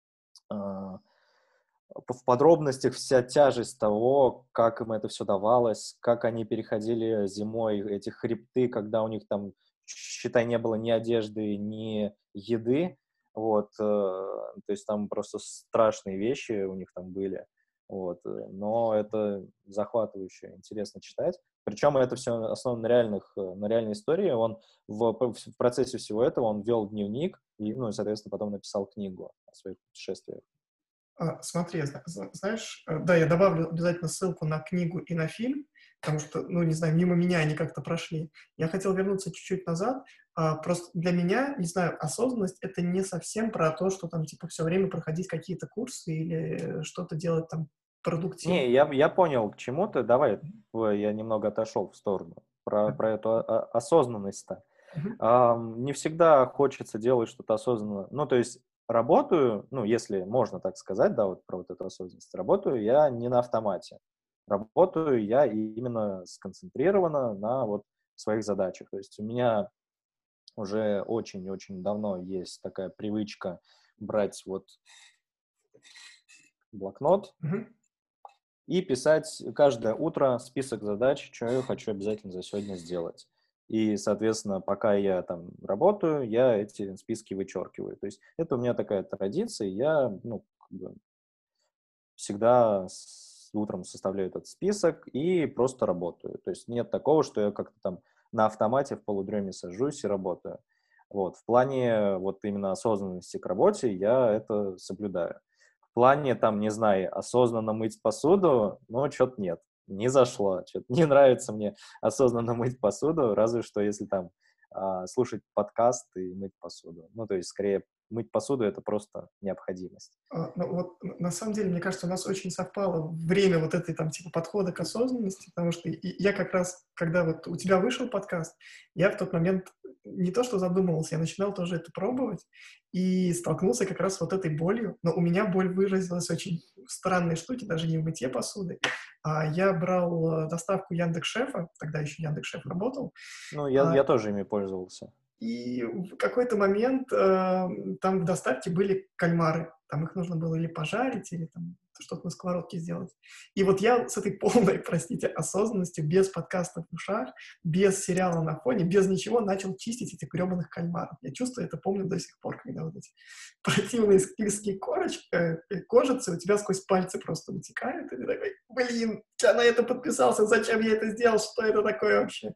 в подробностях вся тяжесть того, как им это все давалось, как они переходили зимой эти хребты, когда у них там, считай, не было ни одежды, ни еды, вот, то есть там просто страшные вещи у них там были, вот, но это захватывающе, интересно читать. Причем это все основано на реальной истории. Он в процессе всего этого он вел дневник и, ну, и, соответственно, потом написал книгу о своих путешествиях. Смотри, знаешь, да, я добавлю обязательно ссылку на книгу и на фильм, потому что, ну, не знаю, мимо меня они как-то прошли. Я хотел вернуться чуть-чуть назад. Просто для меня, не знаю, осознанность — это не совсем про то, что там, типа, все время проходить какие-то курсы или что-то делать там продуктивно. Не, я понял, к чему ты. Давай, я немного отошел в сторону про эту осознанность-то. Мгм. Не всегда хочется делать что-то осознанно. Ну, то есть работаю, ну, если можно так сказать, да, вот про вот эту осознанность, работаю я не на автомате. Работаю я именно сконцентрированно на вот своих задачах. То есть у меня уже очень-очень давно есть такая привычка брать вот блокнот, Мгм. и писать каждое утро список задач, что я хочу обязательно за сегодня сделать. И, соответственно, пока я там работаю, я эти списки вычеркиваю. То есть это у меня такая традиция, я, ну, как бы всегда утром составляю этот список и просто работаю. То есть нет такого, что я как-то там на автомате в полудреме сажусь и работаю. Вот. В плане вот именно осознанности к работе я это соблюдаю. В плане, там, не знаю, осознанно мыть посуду, ну, что-то нет, не зашло, что-то не нравится мне осознанно мыть посуду, разве что если там слушать подкаст и мыть посуду. Ну, то есть, скорее, мыть посуду — это просто необходимость. Ну, вот на самом деле, мне кажется, у нас очень совпало время вот этой там типа подхода к осознанности, потому что я как раз, когда вот у тебя вышел подкаст, я в тот момент не то что задумывался, я начинал тоже это пробовать и столкнулся как раз с вот этой болью, но у меня боль выразилась очень в странной штуке, даже не в мытье посуды, а я брал доставку Яндекс.Шефа, тогда еще Яндекс.Шеф работал. Ну, я тоже ими пользовался. И в какой-то момент там в доставке были кальмары. Там их нужно было или пожарить, или там что-то на сковородке сделать. И вот я с этой полной, простите, осознанностью, без подкастов в ушах, без сериала на фоне, без ничего начал чистить этих гребаных кальмаров. Я чувствую это, помню до сих пор, когда вот эти противные скользкие кожицы у тебя сквозь пальцы просто вытекают. И ты такой, блин, я на это подписался, зачем я это сделал, что это такое вообще?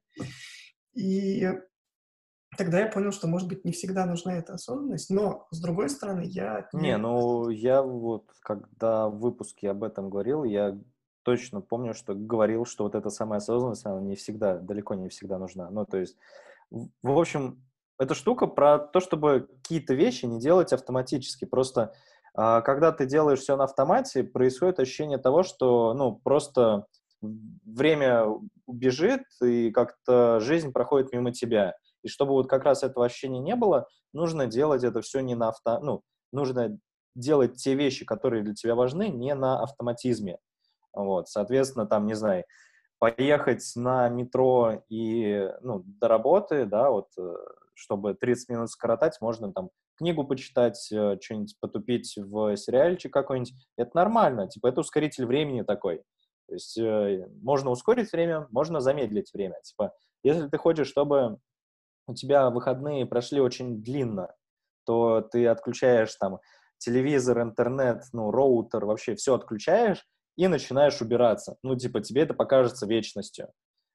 И тогда я понял, что, может быть, не всегда нужна эта осознанность, но, с другой стороны, я от Не, нее... ну, я вот, когда в выпуске об этом говорил, я точно помню, что говорил, что вот эта самая осознанность, она не всегда, далеко не всегда нужна. Ну, то есть, в общем, эта штука про то, чтобы какие-то вещи не делать автоматически. Просто, когда ты делаешь все на автомате, происходит ощущение того, что, ну, просто время убежит, и как-то жизнь проходит мимо тебя. И чтобы вот как раз этого ощущения не было, нужно делать это все не на ну, нужно делать те вещи, которые для тебя важны, не на автоматизме. Вот, соответственно, там, не знаю, поехать на метро и, ну, до работы, да, вот, чтобы 30 минут скоротать, можно там книгу почитать, что-нибудь потупить в сериальчик какой-нибудь. Это нормально, типа, это ускоритель времени такой. То есть можно ускорить время, можно замедлить время. Типа, если ты хочешь, чтобы у тебя выходные прошли очень длинно, то ты отключаешь там телевизор, интернет, ну, роутер, вообще все отключаешь и начинаешь убираться. Ну, типа, тебе это покажется вечностью.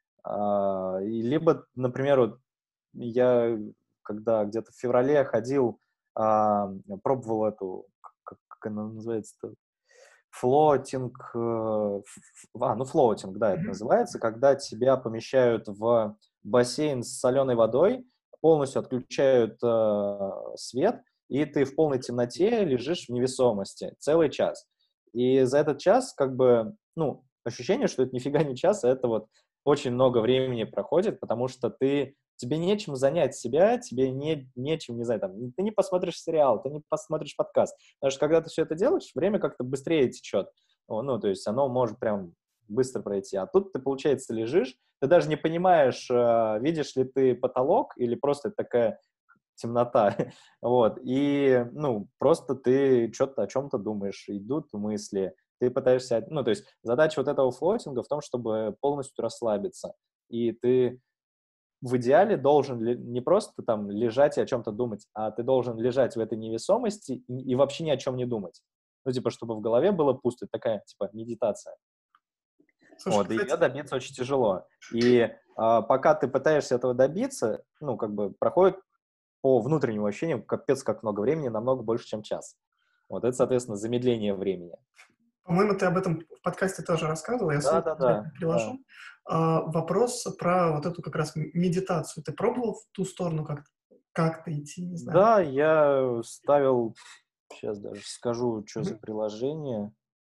Либо, например, вот я когда где-то в феврале ходил, пробовал эту, как она называется-то, флоутинг, ну, флоутинг, да, это Мгм. называется, когда тебя помещают в бассейн с соленой водой, полностью отключают свет, и ты в полной темноте лежишь в невесомости целый час. И за этот час, как бы, ну, ощущение, что это нифига не час, а это вот очень много времени проходит, потому что тебе нечем занять себя, тебе нечем, не знаю, там, ты не посмотришь сериал, ты не посмотришь подкаст. Потому что когда ты все это делаешь, время как-то быстрее течет. Ну, то есть оно может прям быстро пройти. А тут ты, получается, лежишь, ты даже не понимаешь, видишь ли ты потолок или просто такая темнота. Вот. И, ну, просто ты что-то о чем-то думаешь, идут мысли, ты пытаешься... Ну, то есть задача вот этого флотинга в том, чтобы полностью расслабиться. И ты в идеале должен не просто там лежать и о чем-то думать, а ты должен лежать в этой невесомости и вообще ни о чем не думать. Ну, типа, чтобы в голове было пусто. Это такая, типа, медитация. Слушай, Вот, и кстати, ее добиться очень тяжело. И пока ты пытаешься этого добиться, ну, как бы проходит по внутреннему ощущению капец как много времени, намного больше, чем час. Вот это, соответственно, замедление времени. по-моему, ты об этом в подкасте тоже рассказывал, я ссылку Да-да-да, обязательно да. приложу. Вопрос про вот эту как раз медитацию. Ты пробовал в ту сторону как-то идти, не знаю? Да, я ставил, сейчас даже скажу, что за приложение.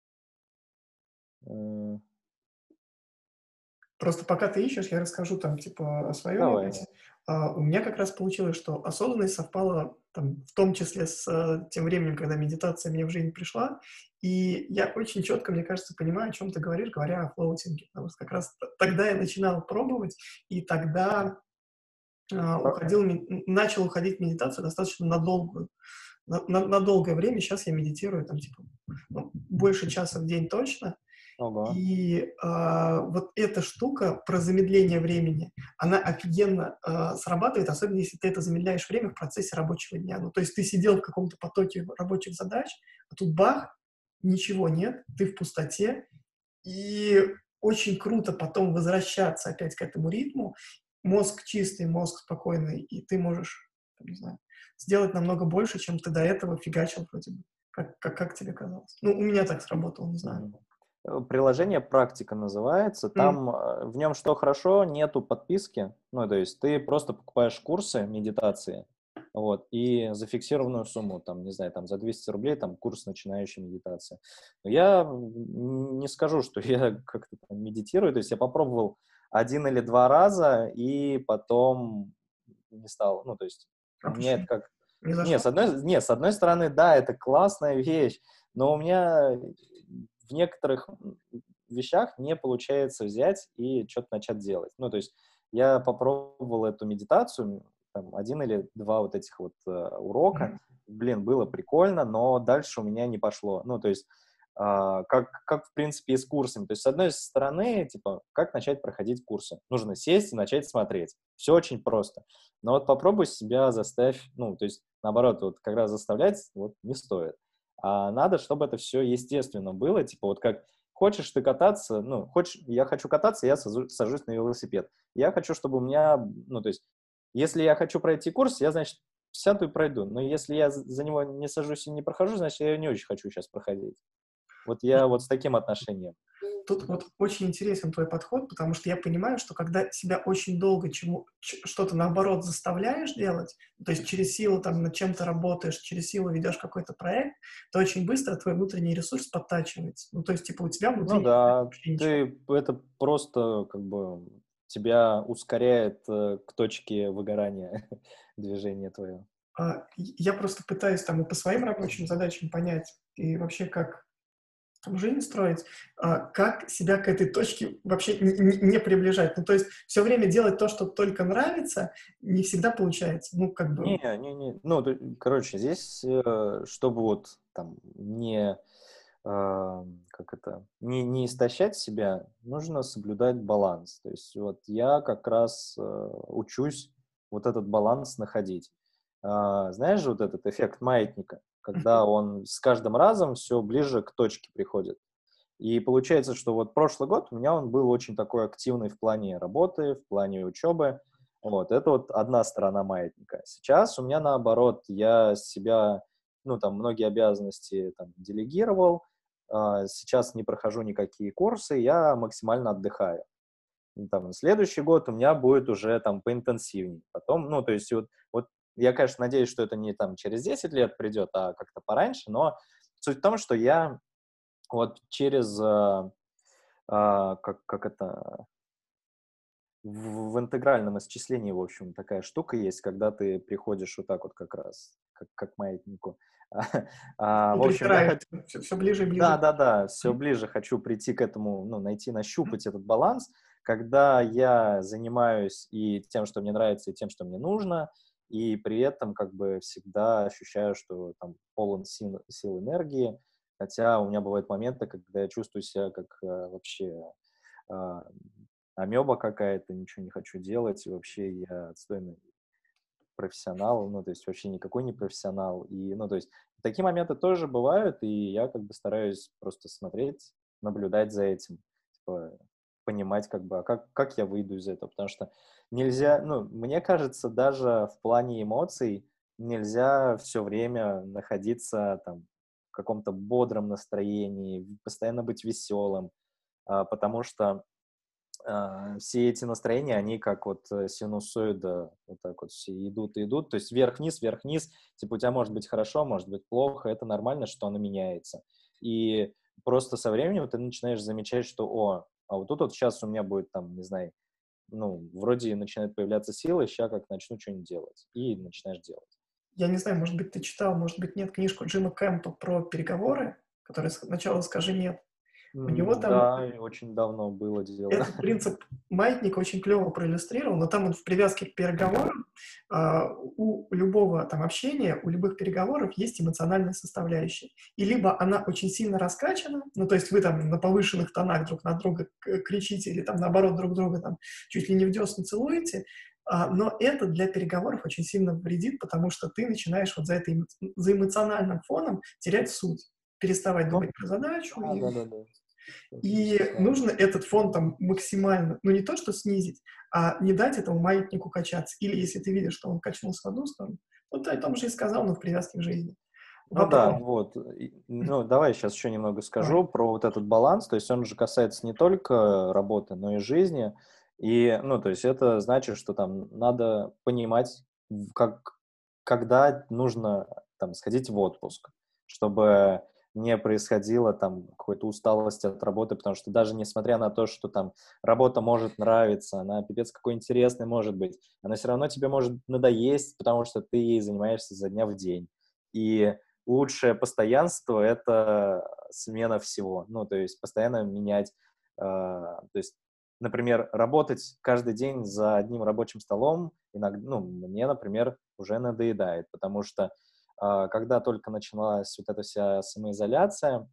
Э, Просто пока ты ищешь, я расскажу там, типа, о своем Давай. опыте. У меня как раз получилось, что осознанность совпала там, в том числе с тем временем, когда медитация мне в жизнь пришла, и я очень четко, мне кажется, понимаю, о чем ты говоришь, говоря о флоутинге, потому что как раз тогда я начинал пробовать, и тогда Про- начал уходить в медитацию достаточно надолгую, на долгое время. Сейчас я медитирую там, типа, ну, больше часа в день точно, Ого. и вот эта штука про замедление времени, она офигенно срабатывает, особенно если ты это замедляешь время в процессе рабочего дня. Ну, то есть ты сидел в каком-то потоке рабочих задач, а тут бах, ничего нет, ты в пустоте, и очень круто потом возвращаться опять к этому ритму. Мозг чистый, мозг спокойный, и ты можешь, там, не знаю, сделать намного больше, чем ты до этого фигачил вроде бы. Как тебе казалось? Ну, у меня так сработало, не знаю. Мгм. Приложение «Практика» называется. Там в нем что хорошо, нету подписки. Ну, то есть ты просто покупаешь курсы медитации. вот, и за фиксированную сумму, там, не знаю, там, за 200 рублей, там, курс начинающей медитации. Но я не скажу, что я как-то там медитирую, то есть я попробовал 1 или 2 раза, и потом не стал, ну, то есть А мне это почему? как... Не Не, зашло? с одной стороны, да, это классная вещь, но у меня в некоторых вещах не получается взять и что-то начать делать. Ну, то есть я попробовал эту медитацию, там, 1 или 2 вот этих вот урока, Мгм. блин, было прикольно, но дальше у меня не пошло. Ну, то есть как, в принципе, и с курсами. То есть, с одной стороны, типа, как начать проходить курсы? Нужно сесть и начать смотреть. Все очень просто. Но вот попробуй себя заставь, ну, то есть, наоборот, вот как раз заставлять вот не стоит. А надо, чтобы это все естественно было, типа, вот как хочешь ты кататься, ну, хочешь, я хочу кататься, я сажусь на велосипед. Я хочу, чтобы у меня, ну, то есть, если я хочу пройти курс, я, значит, сяду и пройду. Но если я за него не сажусь и не прохожу, значит, я не очень хочу сейчас проходить. Вот я вот с таким отношением. Тут вот очень интересен твой подход, потому что я понимаю, что когда себя очень долго что-то наоборот заставляешь делать, то есть через силу там над чем-то работаешь, через силу ведешь какой-то проект, то очень быстро твой внутренний ресурс подтачивается. Ну, то есть, типа, у тебя Ну внутри не остается да, вообще ничего. это просто как бы тебя ускоряет к точке выгорания движение твое. Я просто пытаюсь там и по своим рабочим задачам понять, и вообще как там жизнь строить, как себя к этой точке вообще не приближать. Ну, то есть все время делать то, что только нравится, не всегда получается. Ну, как бы, Не. Ну, короче, здесь, чтобы вот там как это, не истощать себя, нужно соблюдать баланс. То есть вот я как раз учусь вот этот баланс находить. Знаешь же вот этот эффект маятника, когда он с каждым разом все ближе к точке приходит. И получается, что вот прошлый год у меня он был очень такой активный в плане работы, в плане учебы. Вот, это вот одна сторона маятника. Сейчас у меня наоборот, я себя, ну, там, многие обязанности там делегировал, сейчас не прохожу никакие курсы, я максимально отдыхаю. Ну, там, следующий год у меня будет уже там поинтенсивнее. Потом, ну, то есть вот я, конечно, надеюсь, что это не там через 10 лет придет, а как-то пораньше, но суть в том, что я вот через, как это, в интегральном исчислении, в общем, такая штука есть, когда ты приходишь вот так вот как раз, как маятнику. ну, В общем, я хочу... притираешься все ближе и ближе. Да, все ближе хочу прийти к этому, ну, найти, нащупать этот баланс, когда я занимаюсь и тем, что мне нравится, и тем, что мне нужно, и при этом как бы всегда ощущаю, что там полон сил энергии, хотя у меня бывают моменты, когда я чувствую себя как вообще а, амеба какая-то, ничего не хочу делать, и вообще я отстойный профессионал, ну, то есть вообще никакой не профессионал. И, ну, то есть такие моменты тоже бывают, и я как бы стараюсь просто смотреть, наблюдать за этим, типа, понимать, как бы, как я выйду из этого, потому что нельзя, ну, мне кажется, даже в плане эмоций нельзя все время находиться там в каком-то бодром настроении, постоянно быть веселым, потому что все эти настроения, они как вот синусоида, вот так вот все идут и идут, то есть вверх-вниз, типа у тебя может быть хорошо, может быть плохо, это нормально, что оно меняется. И просто со временем ты начинаешь замечать, что, а вот тут вот сейчас у меня будет там, не знаю, ну, вроде начинает появляться сила, сейчас как начну что-нибудь делать. И начинаешь делать. Я не знаю, может быть, ты читал, может быть, нет, книжку Джима Кэмпа про переговоры, которая «Сначала скажи нет». У него там Да, очень давно было дело. этот принцип маятника очень клево проиллюстрировал, но там он в привязке к переговорам, у любого там общения, у любых переговоров есть эмоциональная составляющая. И либо она очень сильно раскачана, ну, то есть вы там на повышенных тонах друг на друга кричите или там наоборот друг друга там чуть ли не в десны целуете, но это для переговоров очень сильно вредит, потому что ты начинаешь вот за эмоциональным фоном терять суть, переставать Ну, думать про задачу да. и нужно этот фон там максимально, ну не то что снизить, а не дать этому маятнику качаться. Или если ты видишь, что он качнулся в одну сторону, вот ты о том же и сказал, но в привязке к жизни. Ну да, Вопрос. вот. Ну, давай сейчас еще немного Давай. скажу про вот этот баланс. То есть он же касается не только работы, но и жизни. И, ну, то есть это значит, что там надо понимать, как когда нужно там сходить в отпуск, чтобы не происходило там какой-то усталости от работы, потому что даже несмотря на то, что там работа может нравиться, она пипец какой интересной может быть, она все равно тебе может надоесть, потому что ты ей занимаешься изо дня в день. И лучшее постоянство — это смена всего. Ну, то есть постоянно менять. То есть, например, работать каждый день за одним рабочим столом иногда, ну, мне, например, уже надоедает, потому что когда только началась вот эта вся самоизоляция,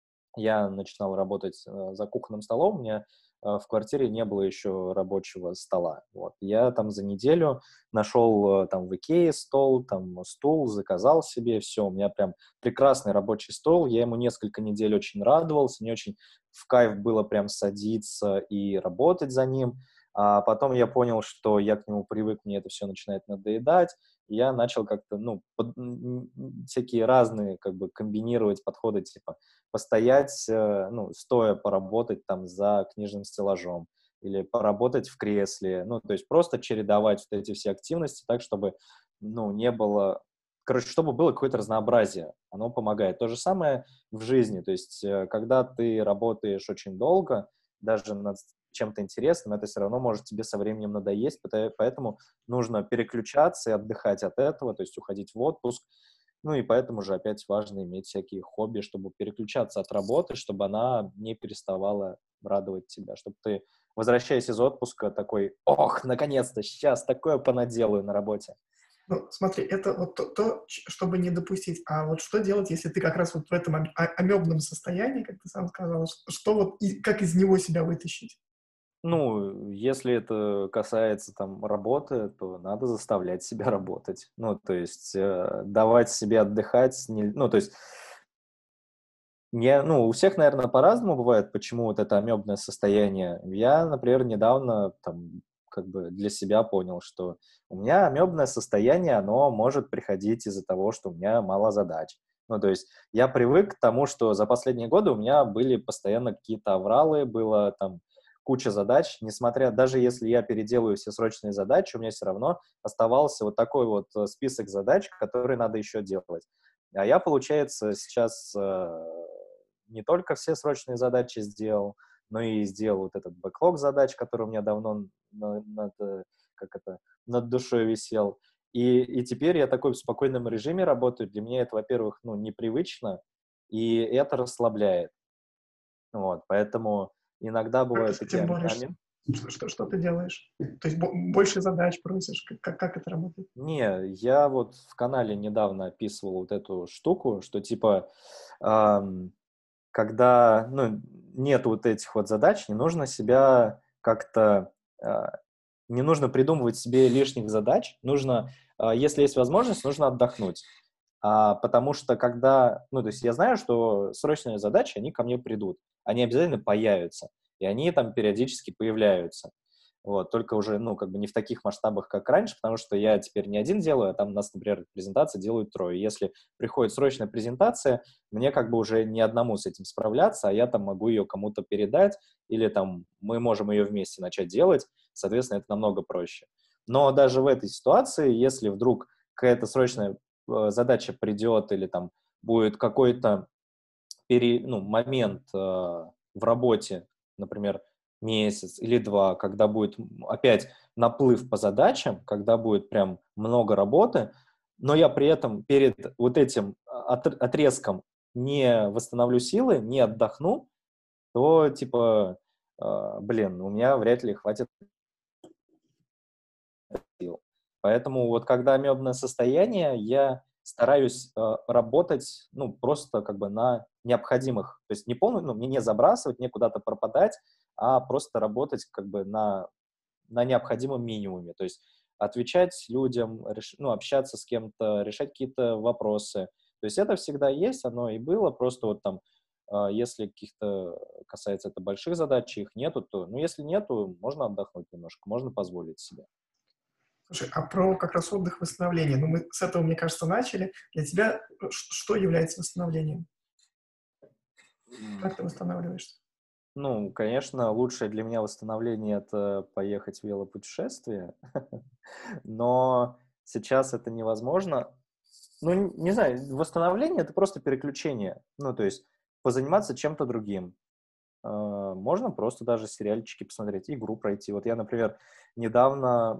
я начинал работать за кухонным столом, у меня в квартире не было еще рабочего стола. Вот. Я там за неделю нашел там в Икее стол, там стул, заказал себе, все, у меня прям прекрасный рабочий стол, я ему несколько недель очень радовался, мне очень в кайф было прям садиться и работать за ним, а потом я понял, что я к нему привык, мне это все начинает надоедать, и я начал как-то, ну, всякие разные, как бы, комбинировать подходы, типа, постоять, ну, стоя поработать там за книжным стеллажом или поработать в кресле, ну, то есть просто чередовать вот эти все активности так, чтобы, ну, не было, короче, чтобы было какое-то разнообразие, оно помогает. То же самое в жизни, то есть когда ты работаешь очень долго, даже над чем-то интересным, это все равно может тебе со временем надоесть, поэтому нужно переключаться и отдыхать от этого, то есть уходить в отпуск. Ну и поэтому же опять важно иметь всякие хобби, чтобы переключаться от работы, чтобы она не переставала радовать тебя, чтобы ты, возвращаясь из отпуска, такой: ох, наконец-то, сейчас такое понаделаю на работе. Ну, смотри, это вот чтобы не допустить. А вот что делать, если ты как раз вот в этом амебном состоянии, как ты сам сказал, что вот, как из него себя вытащить? Ну, если это касается там работы, то надо заставлять себя работать. Ну, то есть давать себе отдыхать. Ну, то есть ну, у всех, наверное, по-разному бывает, почему вот это амебное состояние. Я, например, недавно там как бы для себя понял, что у меня амебное состояние, оно может приходить из-за того, что у меня мало задач. Ну, то есть я привык к тому, что за последние годы у меня были постоянно какие-то авралы, было там куча задач, несмотря, даже если я переделаю все срочные задачи, у меня все равно оставался вот такой вот список задач, которые надо еще делать. А я, получается, сейчас не только все срочные задачи сделал, но и сделал вот этот бэклог задач, который у меня давно как это, над душой висел. И теперь я такой в спокойном режиме работаю. Для меня это, во-первых, ну, непривычно, и это расслабляет. Вот, поэтому иногда Как ты бывают с такие этим борешься? Что ты делаешь? То есть больше задач просишь? Как это работает? Не, я вот в канале недавно описывал вот эту штуку, что типа ам, когда, ну, нет вот этих вот задач, не нужно себя как-то, а, не нужно придумывать себе лишних задач, нужно, если есть возможность, нужно отдохнуть. Потому что когда, ну, то есть я знаю, что срочные задачи, они ко мне придут, они обязательно появятся, и они там периодически появляются. Вот, только уже, ну, как бы не в таких масштабах, как раньше, потому что я теперь не один делаю, а там у нас, например, презентации делают трое. Если приходит срочная презентация, мне как бы уже не одному с этим справляться, а я там могу ее кому-то передать, или там мы можем ее вместе начать делать, соответственно, это намного проще. Но даже в этой ситуации, если вдруг какая-то срочная задача придет или там будет какой-то ну, момент в работе, например, месяц или два, когда будет опять наплыв по задачам, когда будет прям много работы, но я при этом перед вот этим отрезком не восстановлю силы, не отдохну, то типа, блин, у меня вряд ли хватит сил. Поэтому вот когда амебное состояние, я стараюсь работать, ну, просто как бы на необходимых, то есть не полную, ну, мне не забрасывать, не куда-то пропадать, а просто работать как бы на необходимом минимуме. То есть отвечать людям, ну, общаться с кем-то, решать какие-то вопросы. То есть это всегда есть, оно и было, просто вот там, если каких-то касается это больших задач, их нету, то, ну, если нету, можно отдохнуть немножко, можно позволить себе. Слушай, а про как раз отдых, восстановление. Ну, мы с этого, мне кажется, начали. Для тебя что является восстановлением? Как ты восстанавливаешься? Ну, конечно, лучшее для меня восстановление — это поехать в велопутешествие, но сейчас это невозможно. Ну, не знаю, восстановление — это просто переключение. Ну, то есть позаниматься чем-то другим. Можно просто даже сериальчики посмотреть, игру пройти. Вот я, например, недавно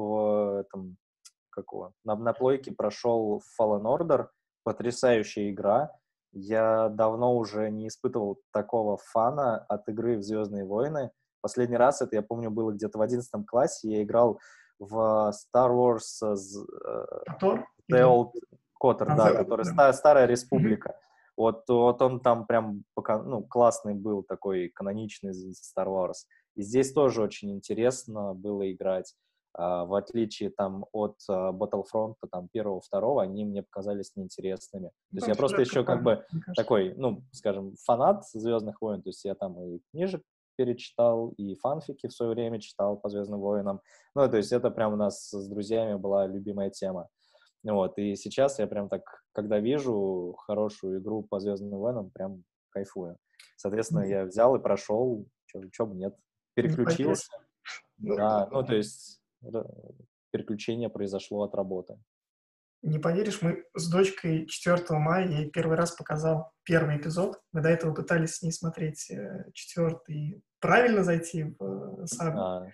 на плойке прошел Fallen Order, потрясающая игра. Я давно уже не испытывал такого фана от игры в «Звездные войны». Последний раз это, я помню, было где-то в 11 классе. Я играл в Star Wars Котор? The Или... Old Kotor, да, который Да. Старая Мгм. Республика. Вот он там прям классный был, такой каноничный Star Wars. И здесь тоже очень интересно было играть. В отличие там от Battlefront, там, первого, второго, они мне показались неинтересными. То Ну, есть там я просто сюжет еще как прикольный, бы мне кажется. такой, ну, скажем, фанат «Звездных войн», то есть я там и книжек перечитал, и фанфики в свое время читал по «Звездным войнам». Ну, то есть это прям у нас с друзьями была любимая тема. Вот, и сейчас я прям так, когда вижу хорошую игру по «Звездным войнам», прям кайфую. Соответственно, Не, я взял и прошел, чё бы нет, не поверишь. переключился. Ну, Да, ну, то есть переключение произошло от работы. не поверишь, мы с дочкой 4 мая, я ей первый раз показал первый эпизод. Мы до этого пытались с ней смотреть четвертый, правильно зайти в сагу, А,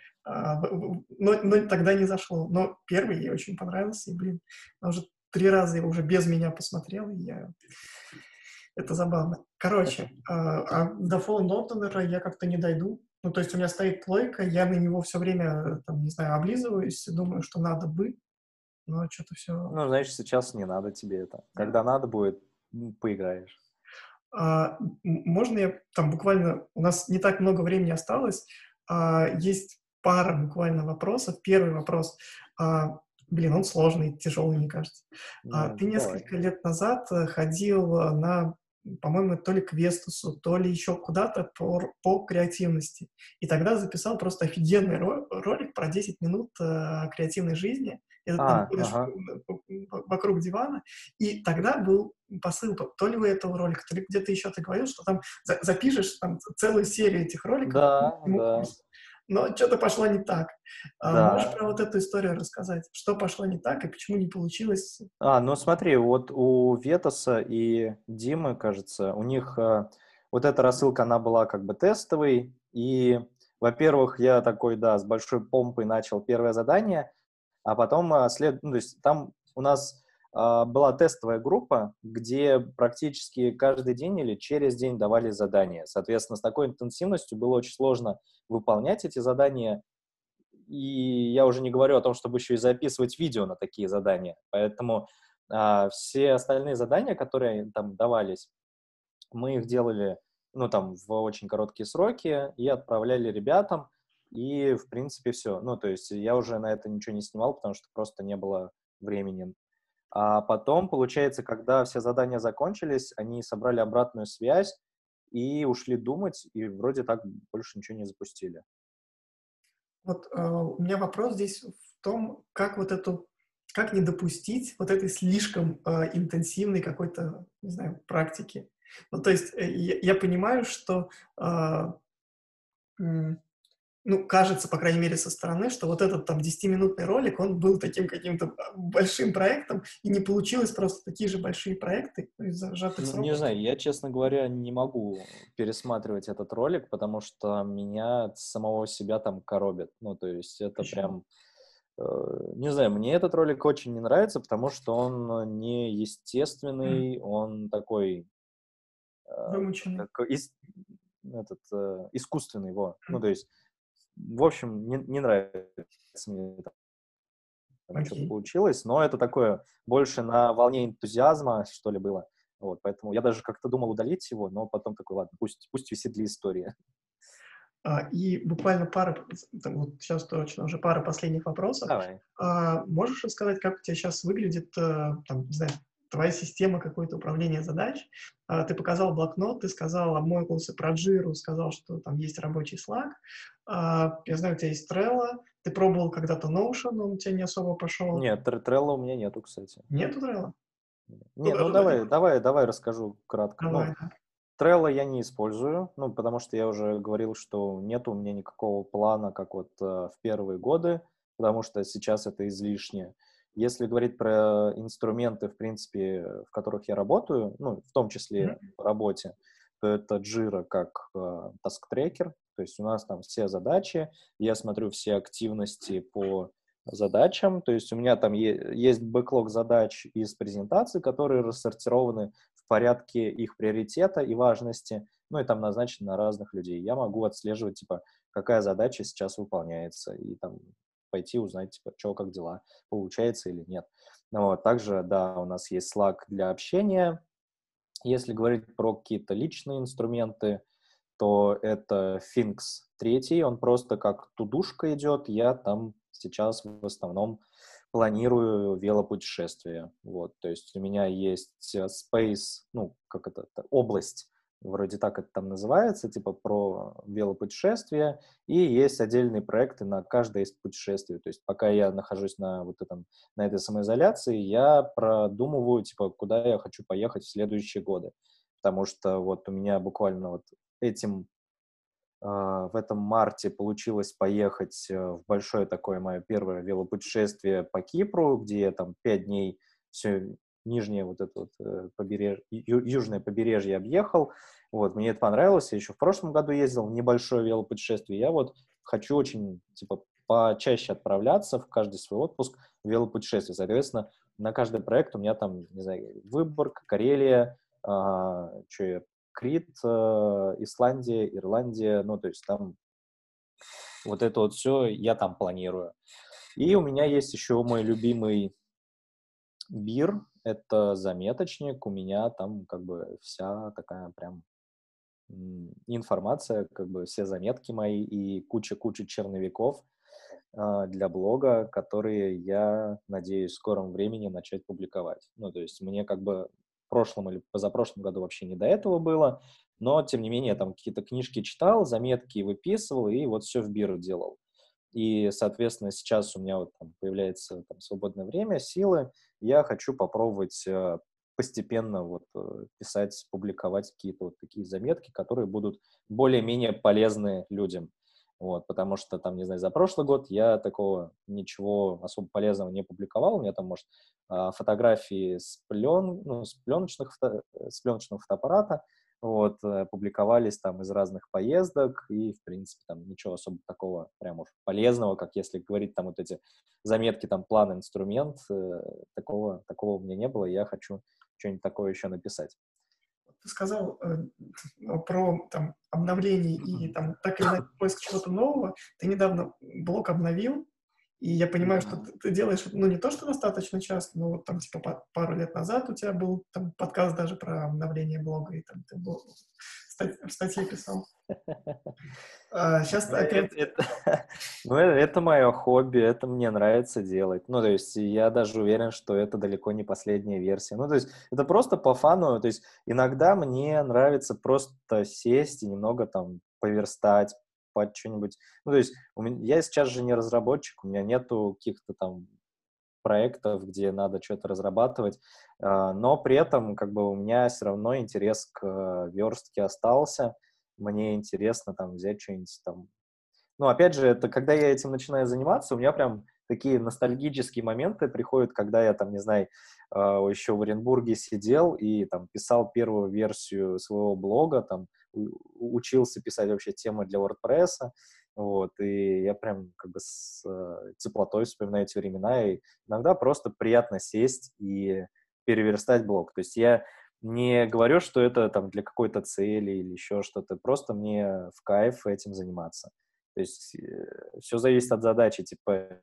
но тогда не зашло. Но первый ей очень понравился, и, блин, она уже 3 раза его уже без меня посмотрела, и это забавно. Короче, до Fallen Order я как-то не дойду. Ну, то есть у меня стоит плойка, я на него все время, там, не знаю, облизываюсь, думаю, что надо бы, но что-то все... ну, значит, сейчас не надо тебе это. Когда надо будет, поиграешь. Можно я там буквально... У нас не так много времени осталось. Есть пара буквально вопросов. Первый вопрос. Блин, он сложный, тяжелый, мне кажется. Ну, Ты давай. несколько лет назад ходил на, по-моему, то ли к Вестусу, то ли еще куда-то по креативности. И тогда записал просто офигенный ролик про 10 минут креативной жизни. Это там ходишь Ага. вокруг дивана. И тогда был посыл, то ли у этого ролика, то ли где-то еще ты говорил, что там запишешь там целую серию этих роликов по Да, всему да, курсу. Но что-то пошло не так. Можешь да. про вот эту историю рассказать? Что пошло не так и почему не получилось? Ну смотри, вот у Ветоса и Димы, кажется, у них вот эта рассылка, она была как бы тестовой, и, во-первых, я такой, да, с большой помпой начал первое задание, а потом ну, то есть там у нас была тестовая группа, где практически каждый день или через день давали задания. Соответственно, с такой интенсивностью было очень сложно выполнять эти задания, и я уже не говорю о том, чтобы еще и записывать видео на такие задания. Поэтому все остальные задания, которые там давались, мы их делали, ну, там, в очень короткие сроки и отправляли ребятам, и, в принципе, все. Ну, то есть я уже на это ничего не снимал, потому что просто не было времени. А потом, получается, когда все задания закончились, они собрали обратную связь и ушли думать, и вроде так больше ничего не запустили. Вот у меня вопрос здесь в том, как вот эту, как не допустить вот этой слишком интенсивной какой-то, не знаю, практики. Ну, то есть я понимаю, что м, ну, кажется, по крайней мере, со стороны, что вот этот там 10-минутный ролик, он был таким каким-то большим проектом, и не получилось просто такие же большие проекты из-за сжатых Ну, не сроков. знаю, я, честно говоря, не могу пересматривать этот ролик, потому что меня от самого себя там коробит. Ну, то есть это Почему? прям... Не знаю, мне этот ролик очень не нравится, потому что он М, неестественный, он такой, Вымученный. как искусственный, во. Ну, то есть, в общем, не нравится мне там что-то Окей. получилось, но это такое больше на волне энтузиазма, что ли, было. Вот, поэтому я даже как-то думал удалить его, но потом такой, ладно, пусть висит для истории. И буквально пара, там вот сейчас точно уже пара последних вопросов. Давай. Можешь рассказать, как у тебя сейчас выглядит, там, не знаю, твоя система какое-то управления задач? Ты показал блокнот, ты сказал, обмолвился про Jira, сказал, что там есть рабочий Slack. Я знаю, у тебя есть Trello. Ты пробовал когда-то Notion, но он у тебя не особо пошел. Нет, Трелла у меня нету, кстати. Нету Trello? Ну, Не, ну давай расскажу кратко. давай, Ну, да. Trello я не использую, ну, потому что я уже говорил, что нет у меня никакого плана, как вот в первые годы, потому что сейчас это излишне. Если говорить про инструменты, в принципе, в которых я работаю, ну, в том числе по работе, то это Jira как task-трекер, то есть у нас там все задачи, я смотрю все активности по задачам, то есть у меня там есть бэклог задач из презентаций, которые рассортированы в порядке их приоритета и важности, ну и там назначены на разных людей. Я могу отслеживать, типа, какая задача сейчас выполняется, и там пойти узнать, типа, что, как дела, получается или нет. Ну, вот. Также, да, у нас есть Slack для общения. Если говорить про какие-то личные инструменты, то это Things 3, он просто как тудушка идет, я там сейчас в основном планирую велопутешествия, вот, то есть у меня есть Space, ну, как это область, вроде так это там называется, типа про велопутешествия, и есть отдельные проекты на каждое из путешествий, то есть пока я нахожусь на вот этом, на этой самоизоляции, я продумываю, типа, куда я хочу поехать в следующие годы, потому что вот у меня буквально вот в этом марте получилось поехать в большое такое мое первое велопутешествие по Кипру, где я там 5 дней все нижнее вот это вот южное побережье объехал. Вот, мне это понравилось. Я еще в прошлом году ездил в небольшое велопутешествие. Я вот хочу очень, типа, почаще отправляться в каждый свой отпуск в велопутешествие. Соответственно, на каждый проект у меня там, не знаю, Выборг, Карелия, Крит, Исландия, Ирландия, ну, то есть там вот это вот все я там планирую. И у меня есть еще мой любимый бир, это заметочник, у меня там как бы вся такая прям информация, как бы все заметки мои и куча-куча черновиков для блога, которые я надеюсь в скором времени начать публиковать. Ну, то есть мне как бы в прошлом или позапрошлом году вообще не до этого было, но, тем не менее, я там какие-то книжки читал, заметки выписывал, и вот все в бир делал. И, соответственно, сейчас у меня вот там появляется там свободное время, силы, я хочу попробовать постепенно вот писать, публиковать какие-то вот такие заметки, которые будут более-менее полезны людям. Вот, потому что там, не знаю, за прошлый год я такого ничего особо полезного не публиковал. У меня там, может, фотографии с пленочного фотоаппарата, вот, публиковались там из разных поездок, и, в принципе, там ничего особо такого прям уж полезного, как если говорить там вот эти заметки, там, план, инструмент, такого у меня не было, я хочу что-нибудь такое еще написать. Ты сказал про там, обновление и там, так или иначе поиск чего-то нового. Ты недавно блог обновил, и я понимаю, что ты делаешь, ну, не то, что достаточно часто, но вот там, типа, пару лет назад у тебя был там подкаст даже про обновление блога, и там ты был, статьи писал. Сейчас опять... Ну, это мое хобби, это мне нравится делать. Ну, то есть я даже уверен, что это далеко не последняя версия. Ну, то есть это просто по фану. То есть иногда мне нравится просто сесть и немного там поверстать под что-нибудь. Ну, то есть я сейчас же не разработчик, у меня нету каких-то там проектов, где надо что-то разрабатывать, но при этом как бы у меня все равно интерес к верстке остался. Мне интересно там взять что-нибудь там. Ну, опять же, это когда я этим начинаю заниматься, у меня прям такие ностальгические моменты приходят, когда я там, не знаю, еще в Оренбурге сидел и там писал первую версию своего блога, там учился писать вообще темы для WordPress, вот, и я прям как бы с теплотой вспоминаю эти времена, и иногда просто приятно сесть и переверстать блог. То есть я не говорю, что это там для какой-то цели или еще что-то, просто мне в кайф этим заниматься. То есть все зависит от задачи. Типа,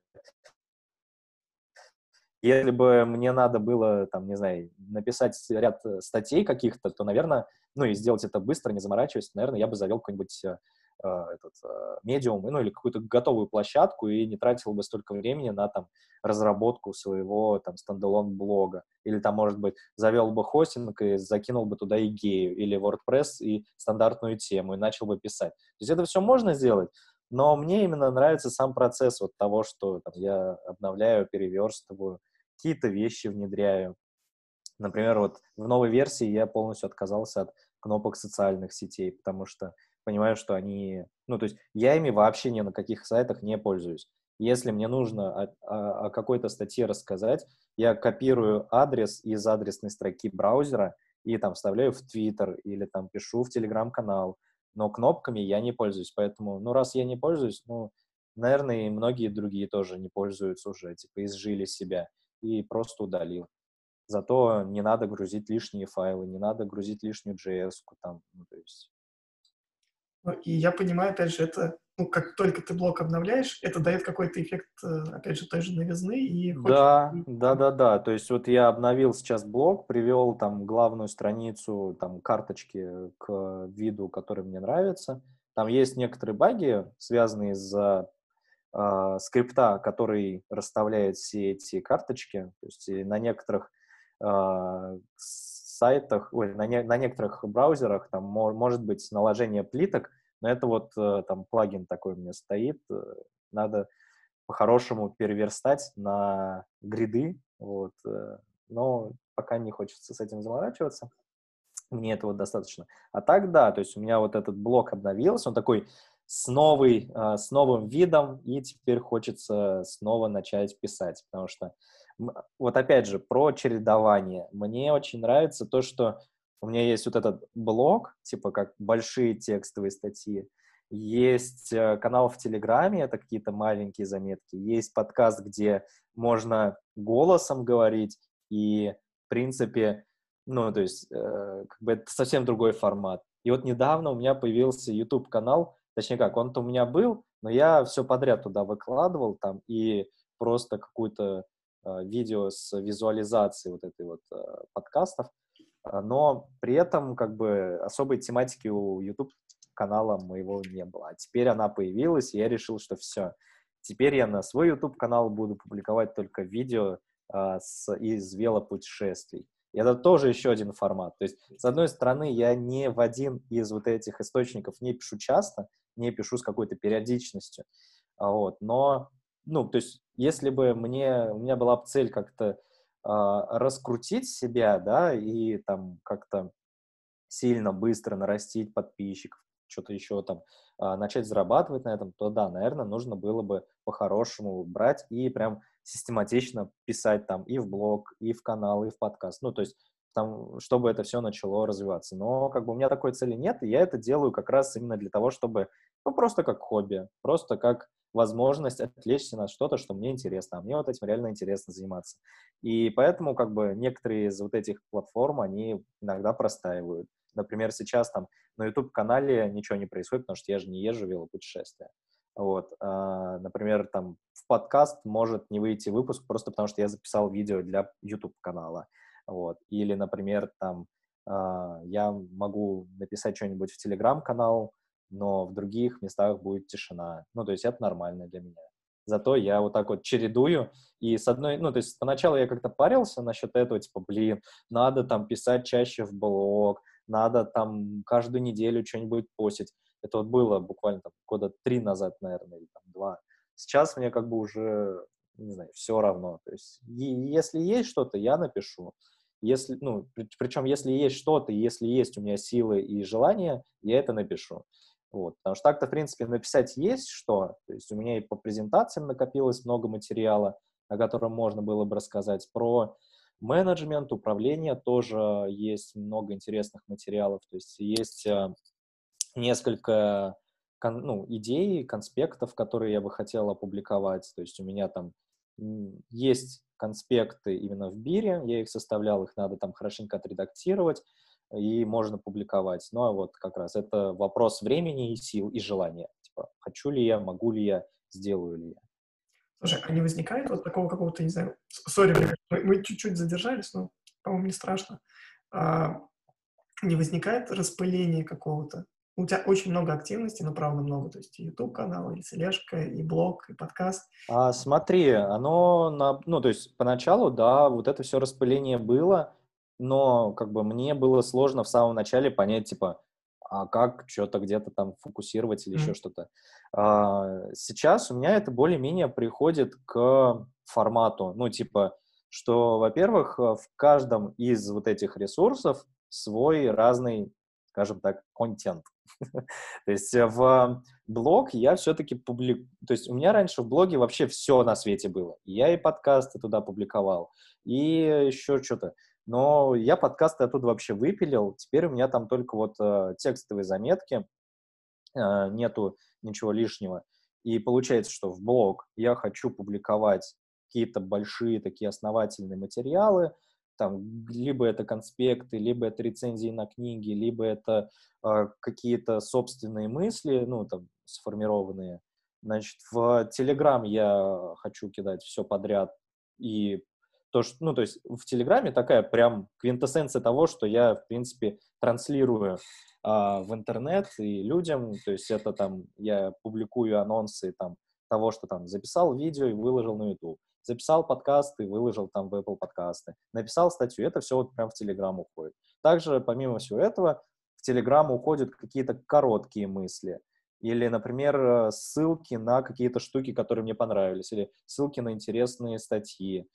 если бы мне надо было, там, не знаю, написать ряд статей каких-то, то, наверное, ну и сделать это быстро, не заморачиваясь, наверное, я бы завел какой-нибудь медиум, ну или какую-то готовую площадку и не тратил бы столько времени на там разработку своего там стендалон блога. Или там, может быть, завел бы хостинг и закинул бы туда идею или WordPress и стандартную тему и начал бы писать. То есть это все можно сделать, но мне именно нравится сам процесс вот того, что там, я обновляю, переверстываю, какие-то вещи внедряю. Например, вот в новой версии я полностью отказался от кнопок социальных сетей, потому что понимаю, что они... Ну, то есть я ими вообще ни на каких сайтах не пользуюсь. Если мне нужно о какой-то статье рассказать, я копирую адрес из адресной строки браузера и там вставляю в Twitter или там пишу в Telegram-канал, но кнопками я не пользуюсь, поэтому, ну, раз я не пользуюсь, ну, наверное, и многие другие тоже не пользуются уже, типа, изжили себя и просто удалил. Зато не надо грузить лишние файлы, не надо грузить лишнюю JS-ку там, ну, то есть... Ну, и я понимаю, опять же, это, ну, как только ты блок обновляешь, это дает какой-то эффект, опять же, той же новизны, и хочется... Да, да, да, да. То есть вот я обновил сейчас блог, привел там главную страницу, там карточки к виду, который мне нравится. Там есть некоторые баги, связанные из-за скрипта, который расставляет все эти карточки. То есть и на некоторых сайтах, ой, на некоторых браузерах там может быть наложение плиток, но это вот там плагин такой у меня стоит. Надо по-хорошему переверстать на гриды, вот, но пока не хочется с этим заморачиваться, мне этого достаточно. А так, да, то есть у меня вот этот блок обновился, он такой с новым видом, и теперь хочется снова начать писать, потому что, вот опять же, про чередование. Мне очень нравится то, что у меня есть вот этот блог, типа как большие текстовые статьи, есть канал в Телеграме, это какие-то маленькие заметки, есть подкаст, где можно голосом говорить, и, в принципе, ну, то есть, как бы это совсем другой формат. И вот недавно у меня появился YouTube-канал, точнее как, он-то у меня был, но я все подряд туда выкладывал там и просто какую-то видео с визуализацией вот этой вот подкастов, но при этом как бы особой тематики у YouTube-канала моего не было. А теперь она появилась, и я решил, что все. Теперь я на свой YouTube-канал буду публиковать только видео из велопутешествий. И это тоже еще один формат. То есть, с одной стороны, я не в один из вот этих источников не пишу часто, не пишу с какой-то периодичностью, вот, но, ну, то есть, если бы у меня была бы цель как-то раскрутить себя, да, и там как-то сильно быстро нарастить подписчиков, что-то еще там, начать зарабатывать на этом, то да, наверное, нужно было бы по-хорошему брать и прям систематично писать там и в блог, и в канал, и в подкаст. Ну, то есть там, чтобы это все начало развиваться. Но как бы у меня такой цели нет, и я это делаю как раз именно для того, чтобы, ну, просто как хобби, просто как возможность отвлечься на что-то, что мне интересно, а мне вот этим реально интересно заниматься. И поэтому как бы некоторые из вот этих платформ, они иногда простаивают. Например, сейчас там на YouTube-канале ничего не происходит, потому что я же не езжу в велопутешествия. Вот. Например, там в подкаст может не выйти выпуск просто потому, что я записал видео для YouTube-канала. Вот. Или, например, там я могу написать что-нибудь в Telegram-канал, но в других местах будет тишина. Ну, то есть это нормально для меня. Зато я вот так вот чередую, и с одной, ну, то есть поначалу я как-то парился насчет этого, типа, блин, надо там писать чаще в блог, надо там каждую неделю что-нибудь постить. Это вот было буквально там года 3 назад, наверное, или там 2. Сейчас мне как бы уже, не знаю, все равно. То есть если есть что-то, я напишу. Если, ну, причем если есть что-то, если есть у меня силы и желание, я это напишу. Вот. Потому что так-то, в принципе, написать есть что. То есть у меня и по презентациям накопилось много материала, о котором можно было бы рассказать. Про менеджмент, управление тоже есть много интересных материалов. То есть есть несколько ну, идей, конспектов, которые я бы хотел опубликовать. То есть у меня там есть конспекты именно в Бире, я их составлял, их надо там хорошенько отредактировать, и можно публиковать. Ну, а вот как раз это вопрос времени и сил, и желания. Типа, хочу ли я, могу ли я, сделаю ли я. Слушай, а не возникает вот такого какого-то, не знаю, сори, мне кажется, мы чуть-чуть задержались, но, по-моему, не страшно. А, не возникает распыления какого-то? У тебя очень много активности, но правда много, то есть и YouTube-канал, и тележка, и блог, и подкаст. Смотри, ну, то есть поначалу, да, вот это все распыление было, но как бы мне было сложно в самом начале понять, типа, а как что-то где-то там фокусировать или еще Мгм. что-то. Сейчас у меня это более-менее приходит к формату, ну, типа, что, во-первых, в каждом из вот этих ресурсов свой разный, скажем так, контент. То есть в блог я все-таки публикую... То есть у меня раньше в блоге вообще все на свете было. Я и подкасты туда публиковал, и еще что-то. Но я подкасты оттуда вообще выпилил. Теперь у меня там только вот текстовые заметки, нету ничего лишнего. И получается, что в блог я хочу публиковать какие-то большие такие основательные материалы, там, либо это конспекты, либо это рецензии на книги, либо это какие-то собственные мысли, ну, там, сформированные. Значит, в Телеграм я хочу кидать все подряд. И то, что, ну, то есть в Телеграме такая прям квинтэссенция того, что я, в принципе, транслирую в интернет и людям, то есть это там, я публикую анонсы там того, что там записал видео и выложил на YouTube, записал подкаст и выложил там в Apple подкасты, написал статью, это все вот прям в Telegram уходит. Также, помимо всего этого, в Telegram уходят какие-то короткие мысли, или, например, ссылки на какие-то штуки, которые мне понравились, или ссылки на интересные статьи.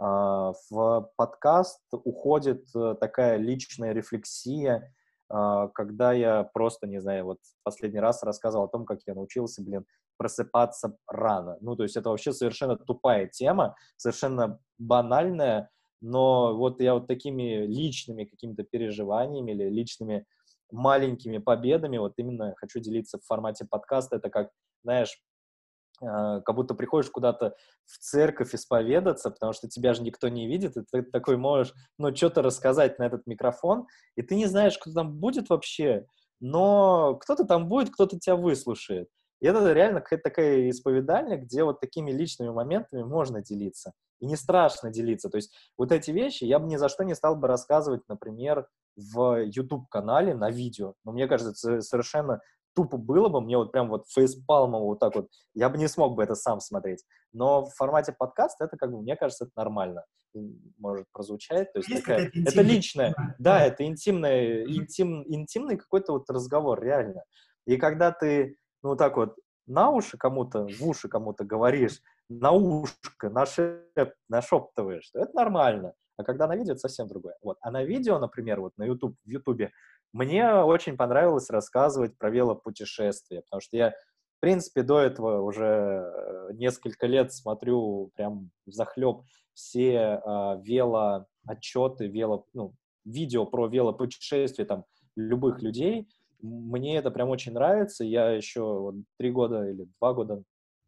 В подкаст уходит такая личная рефлексия, когда я просто, не знаю, вот последний раз рассказывал о том, как я научился, просыпаться рано. Ну, то есть это вообще совершенно тупая тема, совершенно банальная, но вот я вот такими личными какими-то переживаниями или личными маленькими победами вот именно хочу делиться в формате подкаста. Это как, знаешь, как будто приходишь куда-то в церковь исповедаться, потому что тебя же никто не видит, и ты такой можешь, ну, что-то рассказать на этот микрофон, и ты не знаешь, кто там будет вообще, но кто-то там будет, кто-то тебя выслушает. И это реально какая-то такая исповедальня, где вот такими личными моментами можно делиться. И не страшно делиться. То есть вот эти вещи я бы ни за что не стал бы рассказывать, например, в YouTube-канале на видео. Но мне кажется, это совершенно тупо было бы, мне вот прям вот фейспалмом вот так вот, я бы не смог бы это сам смотреть. Но в формате подкаста это, как бы, мне кажется, это нормально может прозвучать. То есть Есть такая, какая-то это интимная личное, тема? да, это интимный какой-то вот разговор, реально. И когда ты, ну, вот так вот на уши кому-то, в уши кому-то говоришь, на ушко, нашептываешь, что это нормально. А когда на видео, это совсем другое. Вот. А на видео, например, вот на YouTube, в Ютубе, мне очень понравилось рассказывать про велопутешествия, потому что я, в принципе, до этого уже несколько лет смотрю прям взахлеб все велоотчеты, ну, видео про велопутешествия там любых людей. Мне это прям очень нравится. Я еще вот 3 года или 2 года,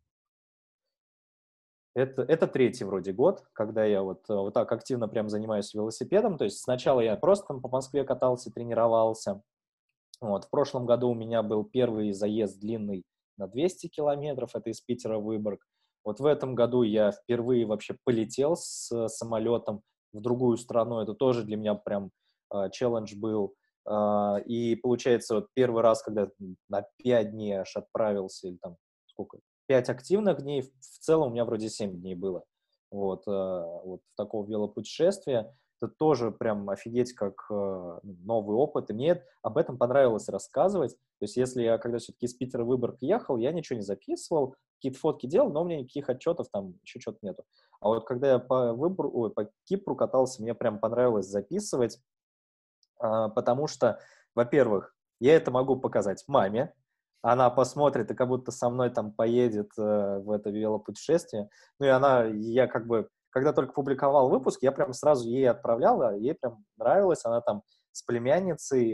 это третий вроде год, когда я вот так активно прям занимаюсь велосипедом. То есть сначала я просто там по Москве катался, тренировался. Вот. В прошлом году у меня был первый заезд длинный на 200 километров, это из Питера в Выборг. Вот в этом году я впервые вообще полетел с самолетом в другую страну, это тоже для меня прям челлендж был. И получается, вот первый раз, когда на 5 дней аж отправился, или там сколько, 5 активных дней, в целом у меня вроде 7 дней было, вот такого велопутешествия. Это тоже прям офигеть как новый опыт. И мне об этом понравилось рассказывать. То есть если я когда все-таки из Питера в Выборг ехал, я ничего не записывал, какие-то фотки делал, но у меня никаких отчетов там еще что-то нету. А вот когда я по Кипру катался, мне прям понравилось записывать, потому что, во-первых, я это могу показать маме, она посмотрит и как будто со мной там поедет в это велопутешествие. Ну и я как бы, когда только публиковал выпуск, я прям сразу ей отправлял, а ей прям нравилось, она там с племянницей,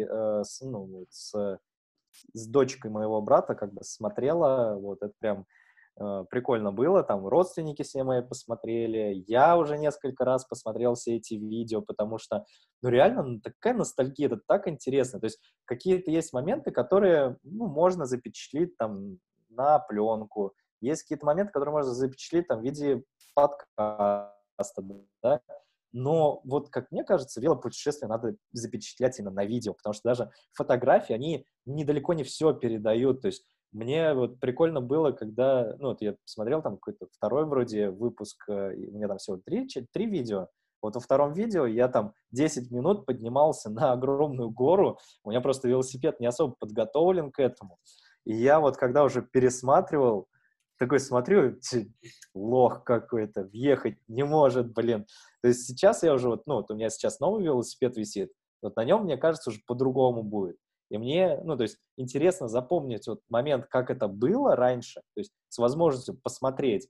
с дочкой моего брата как бы смотрела, вот это прям прикольно было, там родственники все мои посмотрели, я уже несколько раз посмотрел все эти видео, потому что, ну, реально, такая ностальгия, это так интересно, то есть какие-то есть моменты, которые, ну, можно запечатлеть там на пленку, есть какие-то моменты, которые можно запечатлеть там в виде подкаста, да, но вот, как мне кажется, велопутешествие надо запечатлять именно на видео, потому что даже фотографии, они недалеко не все передают, то есть мне вот прикольно было, когда, ну, вот я посмотрел там какой-то второй вроде выпуск, и у меня там всего 3 видео, вот во втором видео я там 10 минут поднимался на огромную гору, у меня просто велосипед не особо подготовлен к этому, и я вот когда уже пересматривал, такой смотрю, лох какой-то, въехать не может, блин. То есть сейчас я уже, вот, ну, вот у меня сейчас новый велосипед висит, вот на нем, мне кажется, уже по-другому будет. И мне, ну, то есть интересно запомнить вот момент, как это было раньше, то есть с возможностью посмотреть.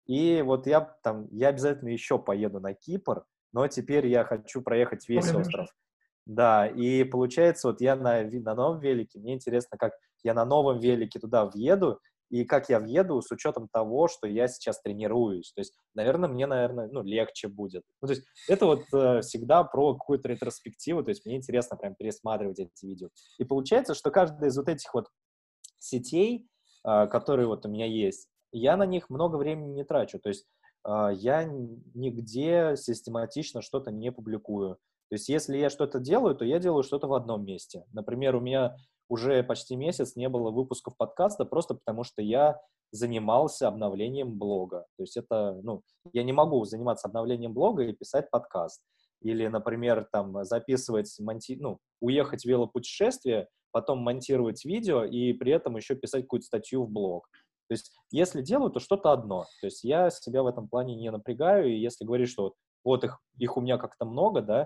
И вот я обязательно еще поеду на Кипр, но теперь я хочу проехать весь Выбранный уже. остров. Да, и получается, вот я на новом велике, мне интересно, как я на новом велике туда въеду, и как я въеду с учетом того, что я сейчас тренируюсь. То есть, наверное, ну, легче будет. Ну, то есть, это вот всегда про какую-то ретроспективу, то есть, мне интересно прям пересматривать эти видео. И получается, что каждая из вот этих вот сетей, которые вот у меня есть, я на них много времени не трачу. То есть, я нигде систематично что-то не публикую. То есть, если я что-то делаю, то я делаю что-то в одном месте. Например, у меня уже почти месяц не было выпусков подкаста, просто потому что я занимался обновлением блога. То есть это, ну, я не могу заниматься обновлением блога и писать подкаст. Или, например, там, записывать, уехать в велопутешествие, потом монтировать видео и при этом еще писать какую-то статью в блог. То есть, если делаю, то что-то одно. То есть, я себя в этом плане не напрягаю, и если говорить, что вот их у меня как-то много, да,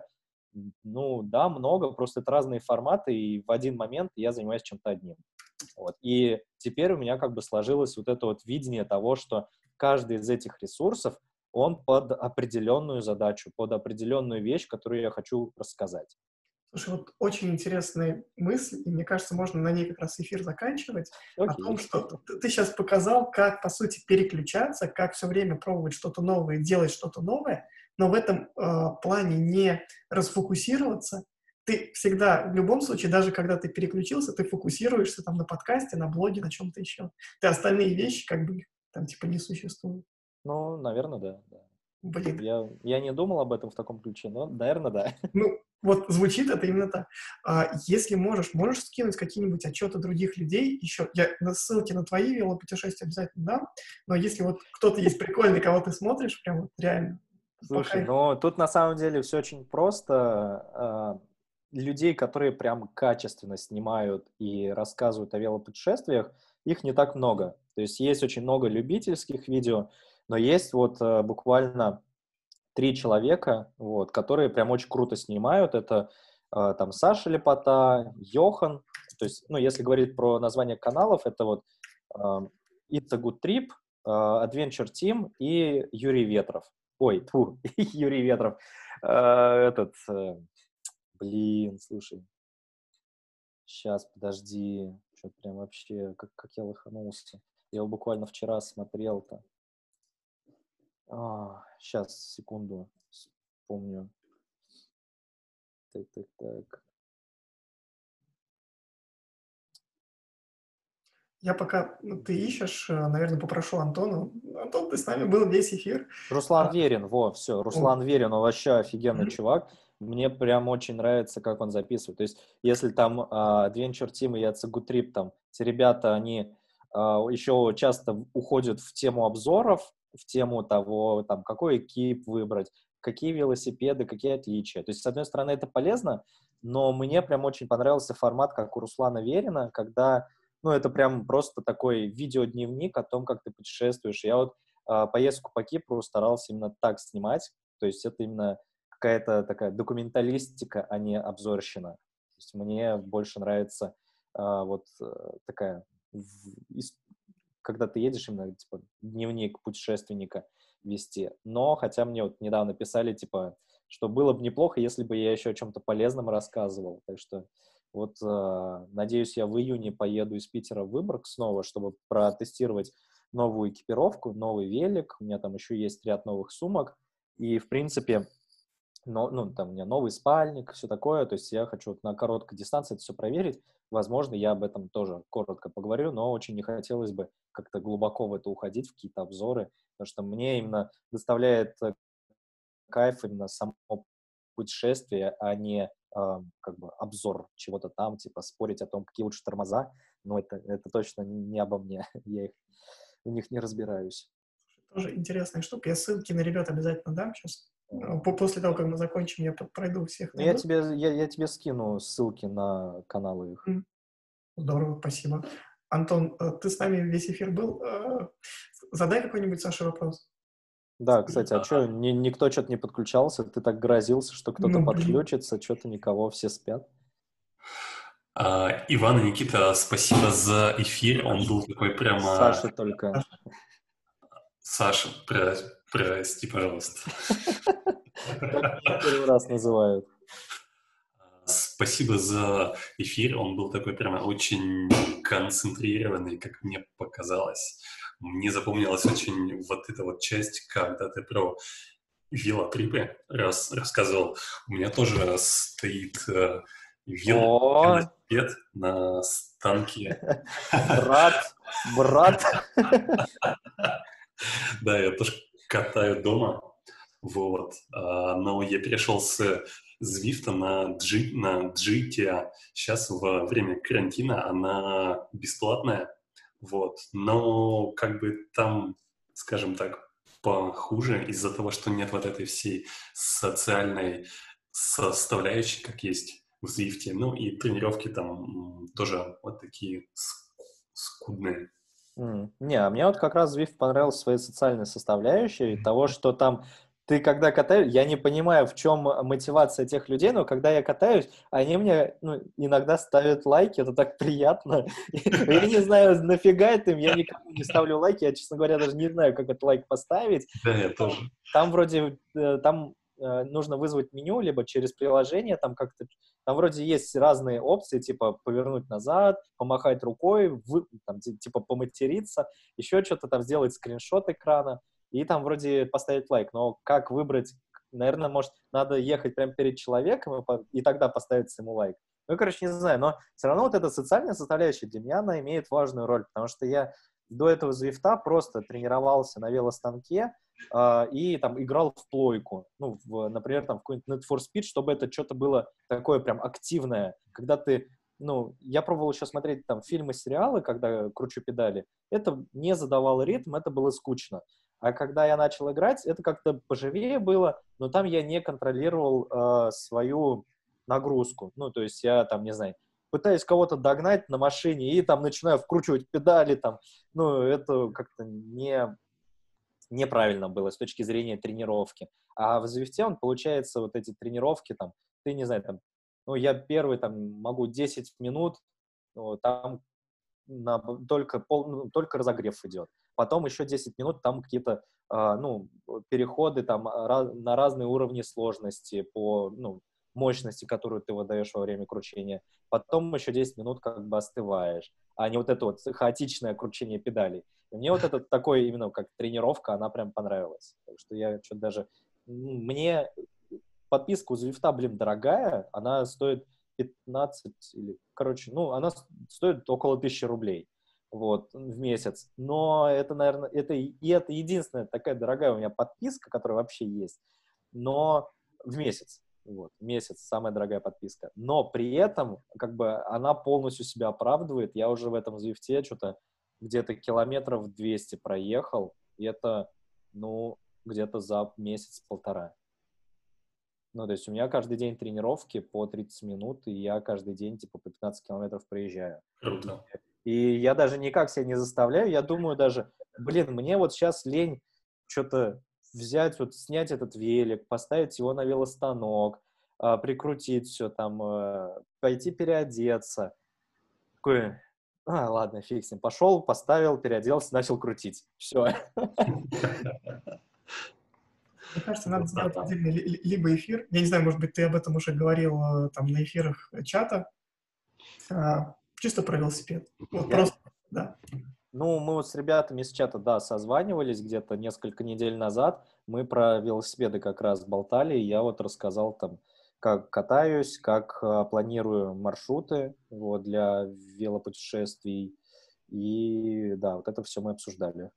ну, да, много, просто это разные форматы, и в один момент я занимаюсь чем-то одним. Вот. И теперь у меня как бы сложилось вот это вот видение того, что каждый из этих ресурсов, он под определенную задачу, под определенную вещь, которую я хочу рассказать. Слушай, вот очень интересная мысль, и мне кажется, можно на ней как раз эфир заканчивать, о том, Окей. что ты сейчас показал, как, по сути, переключаться, как все время пробовать что-то новое, делать что-то новое, но в этом плане не расфокусироваться. Ты всегда, в любом случае, даже когда ты переключился, ты фокусируешься там на подкасте, на блоге, на чем-то еще. Ты остальные вещи как бы там типа не существуют. Ну, наверное, да. Блин, Я не думал об этом в таком ключе, но, наверное, да. ну, вот звучит это именно так. Если можешь скинуть какие-нибудь отчеты других людей еще. Я на ссылки на твои велопутешествия обязательно дам, но если вот кто-то есть прикольный, кого ты смотришь, прям вот реально, по Слушай, кайфу. ну тут на самом деле все очень просто. Людей, которые прям качественно снимают и рассказывают о велопутешествиях, их не так много. То есть очень много любительских видео, но есть вот буквально 3 человека, вот, которые прям очень круто снимают. Это там Саша Лепота, Йохан. То есть, ну, если говорить про название каналов, это вот э, It's a Good Trip, Adventure Team и Юрий Ветров. Ой, тьфу, Юрий Ветров. Этот, блин, слушай, сейчас, подожди, что прям вообще, как я лоханулся. Я его буквально вчера смотрел-то. Сейчас, секунду, вспомню. Так. Я пока ты ищешь, наверное, попрошу Антона. Антон, ты с нами был весь эфир. Руслан Верин, все, О, Руслан Верин, он вообще офигенный мгм. чувак. Мне прям очень нравится, как он записывает. То есть, если там Adventure Team и It's a Good Trip, там, те ребята, они еще часто уходят в тему обзоров, в тему того, там, какой экип выбрать, какие велосипеды, какие отличия. То есть, с одной стороны, это полезно, но мне прям очень понравился формат, как у Руслана Верина, когда, ну, это прям просто такой видеодневник о том, как ты путешествуешь. Я вот поездку по Кипру старался именно так снимать, то есть это именно какая-то такая документалистика, а не обзорщина. То есть мне больше нравится такая, когда ты едешь, именно типа дневник путешественника вести. Но хотя мне вот недавно писали, типа, что было бы неплохо, если бы я еще о чем-то полезном рассказывал. Так что вот надеюсь, я в июне поеду из Питера в Выборг снова, чтобы протестировать новую экипировку, новый велик, у меня там еще есть ряд новых сумок, и, в принципе, там у меня новый спальник, все такое, то есть я хочу вот на короткой дистанции это все проверить, возможно, я об этом тоже коротко поговорю, но очень не хотелось бы как-то глубоко в это уходить, в какие-то обзоры, потому что мне именно доставляет кайф именно само путешествие, а не как бы обзор чего-то там, типа спорить о том, какие лучше тормоза, но это точно не обо мне, я в них не разбираюсь. Тоже интересная штука. Я ссылки на ребят обязательно дам сейчас. Ага. После того, как мы закончим, я пройду всех, Ну, я найду. тебе, я тебе скину ссылки на каналы их. М, Здорово, спасибо. Антон, ты с нами весь эфир был. Задай какой-нибудь Саше вопрос. Да, кстати, а что, никто что-то не подключался? Ты так грозился, что кто-то Ну, блин. подключится, что-то никого, все спят. Иван и Никита, спасибо за эфир. Он был такой прямо... Саша только. Саша, прости, пожалуйста. Так меня первый раз называют. Спасибо за эфир. Он был такой прямо очень концентрированный, как мне показалось. Мне запомнилась очень вот эта вот часть, когда ты про велотрипы рассказывал. У меня тоже стоит велосипед на станке. Брат. Да, я тоже катаю дома. Вот. Но я перешел с Zwift на GT. Сейчас во время карантина она бесплатная. Вот. Но как бы там, скажем так, похуже из-за того, что нет вот этой всей социальной составляющей, как есть в Zwift. Ну и тренировки там тоже вот такие скудные. Не, а мне вот как раз Zwift понравился своей социальной составляющей, того, что там ты когда катаешь, я не понимаю, в чем мотивация тех людей, но когда я катаюсь, они мне иногда ставят лайки, это так приятно. Я не знаю, нафига это им, я никому не ставлю лайки, я, честно говоря, даже не знаю, как этот лайк поставить. Да, я тоже. Там вроде, нужно вызвать меню, либо через приложение, там как-то, там вроде есть разные опции, типа повернуть назад, помахать рукой, там, типа поматериться, еще что-то там сделать скриншот экрана, и там вроде поставить лайк, но как выбрать, наверное, может, надо ехать прямо перед человеком, и тогда поставить ему лайк. Ну, короче, не знаю, но все равно вот эта социальная составляющая для меня, она имеет важную роль, потому что я до этого Zwift просто тренировался на велостанке, и там играл в плойку, ну, например, там в какой-нибудь Need for Speed, чтобы это что-то было такое прям активное, когда ты, ну, я пробовал еще смотреть там фильмы, сериалы, когда кручу педали, это не задавало ритм, это было скучно, а когда я начал играть, это как-то поживее было, но там я не контролировал свою нагрузку, ну, то есть я там, не знаю, пытаюсь кого-то догнать на машине и там начинаю вкручивать педали, там, ну, это как-то неправильно было с точки зрения тренировки. А в Zwift он, получается, вот эти тренировки, там, ты, не знаю, там, ну, я первый, там, могу 10 минут, ну, там только разогрев идет. Потом еще 10 минут, там какие-то, ну, переходы там на разные уровни сложности по, ну, мощности, которую ты выдаешь во время кручения. Потом еще 10 минут как бы остываешь, а не вот это вот хаотичное кручение педалей. И мне вот это такое именно как тренировка, она прям понравилась. Так что я что-то даже... Мне подписка у Zwift, блин, дорогая, она стоит 15 или, короче, ну, она стоит около 1000 рублей, вот, в месяц. Но это, наверное, это единственная такая дорогая у меня подписка, которая вообще есть, но в месяц. Вот, месяц, самая дорогая подписка. Но при этом, как бы, она полностью себя оправдывает. Я уже в этом Zwift что-то где-то километров 200 проехал, и это, ну, где-то за месяц-полтора. Ну, то есть у меня каждый день тренировки по 30 минут, и я каждый день, типа, по 15 километров проезжаю. Круто. И я даже никак себя не заставляю, я думаю даже, блин, мне вот сейчас лень что-то взять, вот снять этот велик, поставить его на велостанок, прикрутить все там, пойти переодеться. Такой, ладно, фиг с ним. Пошел, поставил, переоделся, начал крутить. Все. Мне кажется, надо сделать отдельный либо эфир. Я не знаю, может быть, ты об этом уже говорил там на эфирах чата. Чисто про велосипед. Вот просто, да. Ну, мы вот с ребятами из чата, да, созванивались где-то несколько недель назад. Мы про велосипеды как раз болтали, и я вот рассказал там, как катаюсь, как планирую маршруты вот, для велопутешествий. И да, вот это все мы обсуждали.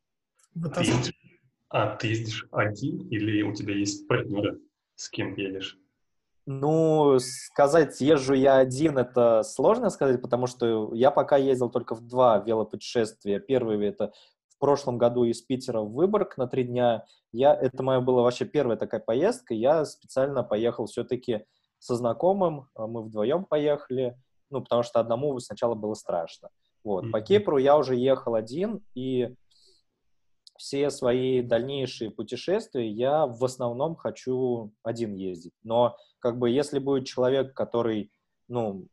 Ты ездишь один или у тебя есть партнеры, с кем едешь? Ну, сказать, езжу я один, это сложно сказать, потому что я пока ездил только в 2 велопутешествия. Первый — это в прошлом году из Питера в Выборг на 3 дня. Это моя была вообще первая такая поездка. Я специально поехал все-таки со знакомым, мы вдвоем поехали, ну, потому что одному сначала было страшно. Вот. По Кипру я уже ехал один, и все свои дальнейшие путешествия я в основном хочу один ездить. Но как бы если будет человек, который, ну,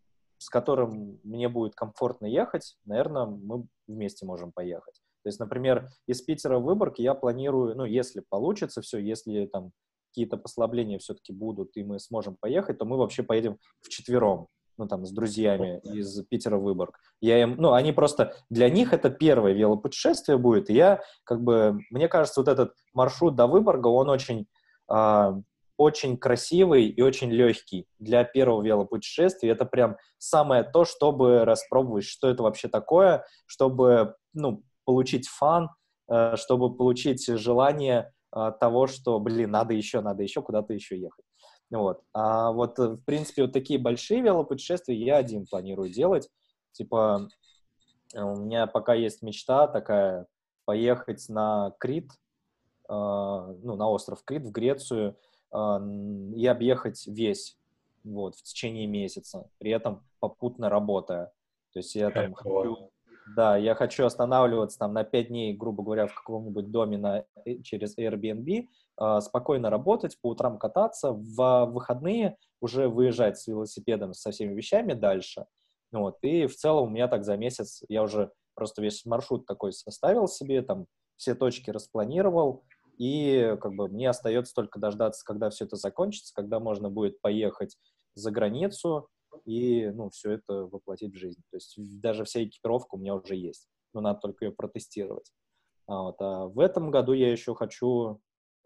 с которым мне будет комфортно ехать, наверное, мы вместе можем поехать. То есть, например, из Питера в Выборг я планирую, ну, если получится все, если там какие-то послабления все-таки будут, и мы сможем поехать, то мы вообще поедем вчетвером, ну, там, с друзьями из Питера в Выборг. Я им, ну, они просто, для них это первое велопутешествие будет, и я, как бы, мне кажется, вот этот маршрут до Выборга, он очень красивый и очень легкий для первого велопутешествия. Это прям самое то, чтобы распробовать, что это вообще такое, чтобы, ну, получить фан, чтобы получить желание того, что, блин, надо еще куда-то еще ехать. Вот. А вот, в принципе, вот такие большие велопутешествия я один планирую делать. Типа, у меня пока есть мечта такая, поехать на Крит, ну, на остров Крит, в Грецию, и объехать весь, вот, в течение месяца, при этом попутно работая. То есть я там хочу, да, я хочу останавливаться там на 5 дней, грубо говоря, в каком-нибудь доме через Airbnb, спокойно работать, по утрам кататься, в выходные уже выезжать с велосипедом, со всеми вещами дальше. Вот, и в целом у меня так за месяц я уже просто весь маршрут такой составил себе, там все точки распланировал, и как бы мне остается только дождаться, когда все это закончится, когда можно будет поехать за границу и, ну, все это воплотить в жизнь. То есть даже вся экипировка у меня уже есть, но надо только ее протестировать. А в этом году я еще хочу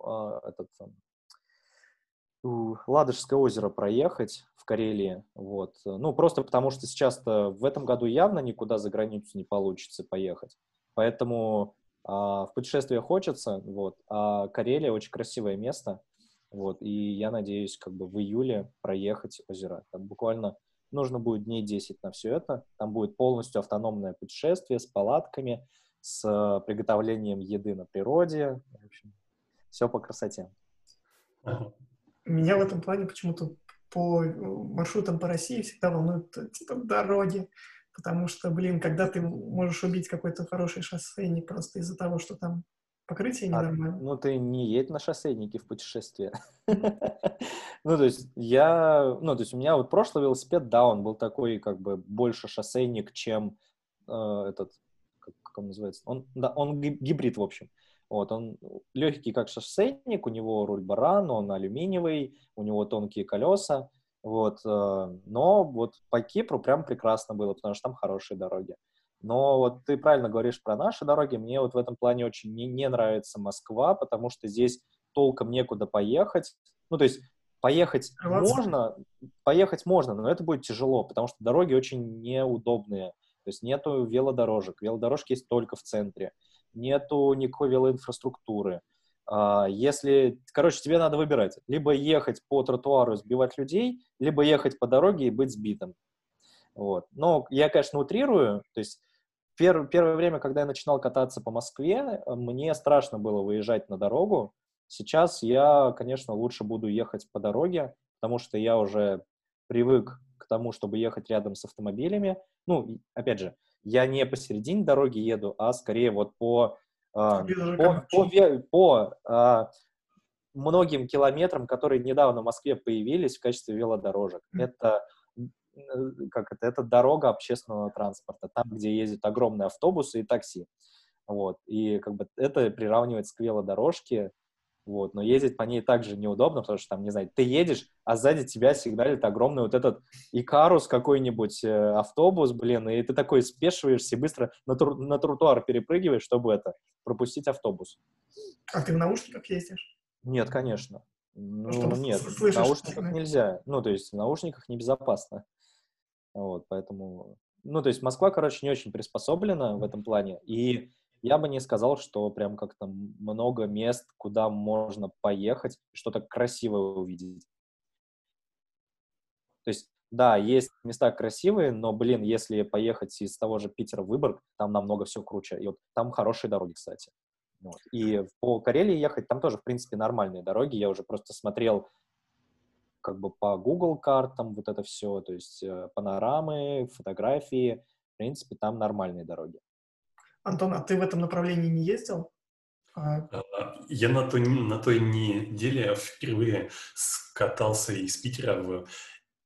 Ладожское озеро проехать в Карелии, вот. Ну, просто потому что сейчас-то в этом году явно никуда за границу не получится поехать, поэтому в путешествие хочется, вот, а Карелия очень красивое место, вот, и я надеюсь, как бы в июле проехать озеро. Там буквально нужно будет дней 10 на все это, там будет полностью автономное путешествие с палатками, с приготовлением еды на природе, в общем, все по красоте. Меня в этом плане почему-то по маршрутам по России всегда волнуют типа дороги, потому что, блин, когда ты можешь убить какой-то хороший шоссейник просто из-за того, что там покрытие ненормальное. Ну, ты не едь на шоссейнике в путешествие. Ну, то есть у меня вот прошлый велосипед, да, он был такой, как бы, больше шоссейник, чем этот, как он называется, он гибрид, в общем. Вот, он легкий, как шоссейник, у него руль баран, он алюминиевый, у него тонкие колеса, вот, но вот по Кипру прям прекрасно было, потому что там хорошие дороги. Но вот ты правильно говоришь про наши дороги, мне вот в этом плане очень не нравится Москва, потому что здесь толком некуда поехать, ну, то есть поехать можно, но это будет тяжело, потому что дороги очень неудобные, то есть нету велодорожек, велодорожки есть только в центре, нету никакой велоинфраструктуры. Короче, тебе надо выбирать, либо ехать по тротуару, сбивать людей, либо ехать по дороге и быть сбитым. Вот. Но я, конечно, утрирую, то есть первое время, когда я начинал кататься по Москве, мне страшно было выезжать на дорогу. Сейчас я, конечно, лучше буду ехать по дороге, потому что я уже привык к тому, чтобы ехать рядом с автомобилями. Ну, опять же, я не посередине дороги еду, а скорее вот по многим километрам, которые недавно в Москве появились в качестве велодорожек. Это дорога общественного транспорта, там, где ездят огромные автобусы и такси. Вот. И как бы это приравнивается к велодорожке, вот. Но ездить по ней также неудобно, потому что там, не знаю, ты едешь, а сзади тебя сигналит огромный вот этот Икарус какой-нибудь, автобус, блин, и ты такой спешиваешься и быстро на тротуар перепрыгиваешь, чтобы пропустить автобус. А ты в наушниках ездишь? Нет, конечно. Чтобы Нет, в слышишь наушниках нельзя. Ну, то есть в наушниках небезопасно. Вот, поэтому... Ну, то есть Москва, короче, не очень приспособлена в этом плане, и я бы не сказал, что прям как-то много мест, куда можно поехать, что-то красивое увидеть. То есть, да, есть места красивые, но, блин, если поехать из того же Питера в Выборг, там намного все круче. И вот там хорошие дороги, кстати. Вот. И по Карелии ехать, там тоже, в принципе, нормальные дороги. Я уже просто смотрел как бы по Google картам, вот это все, то есть панорамы, фотографии, в принципе, там нормальные дороги. Антон, а ты в этом направлении не ездил? Я на той неделе впервые скатался из Питера в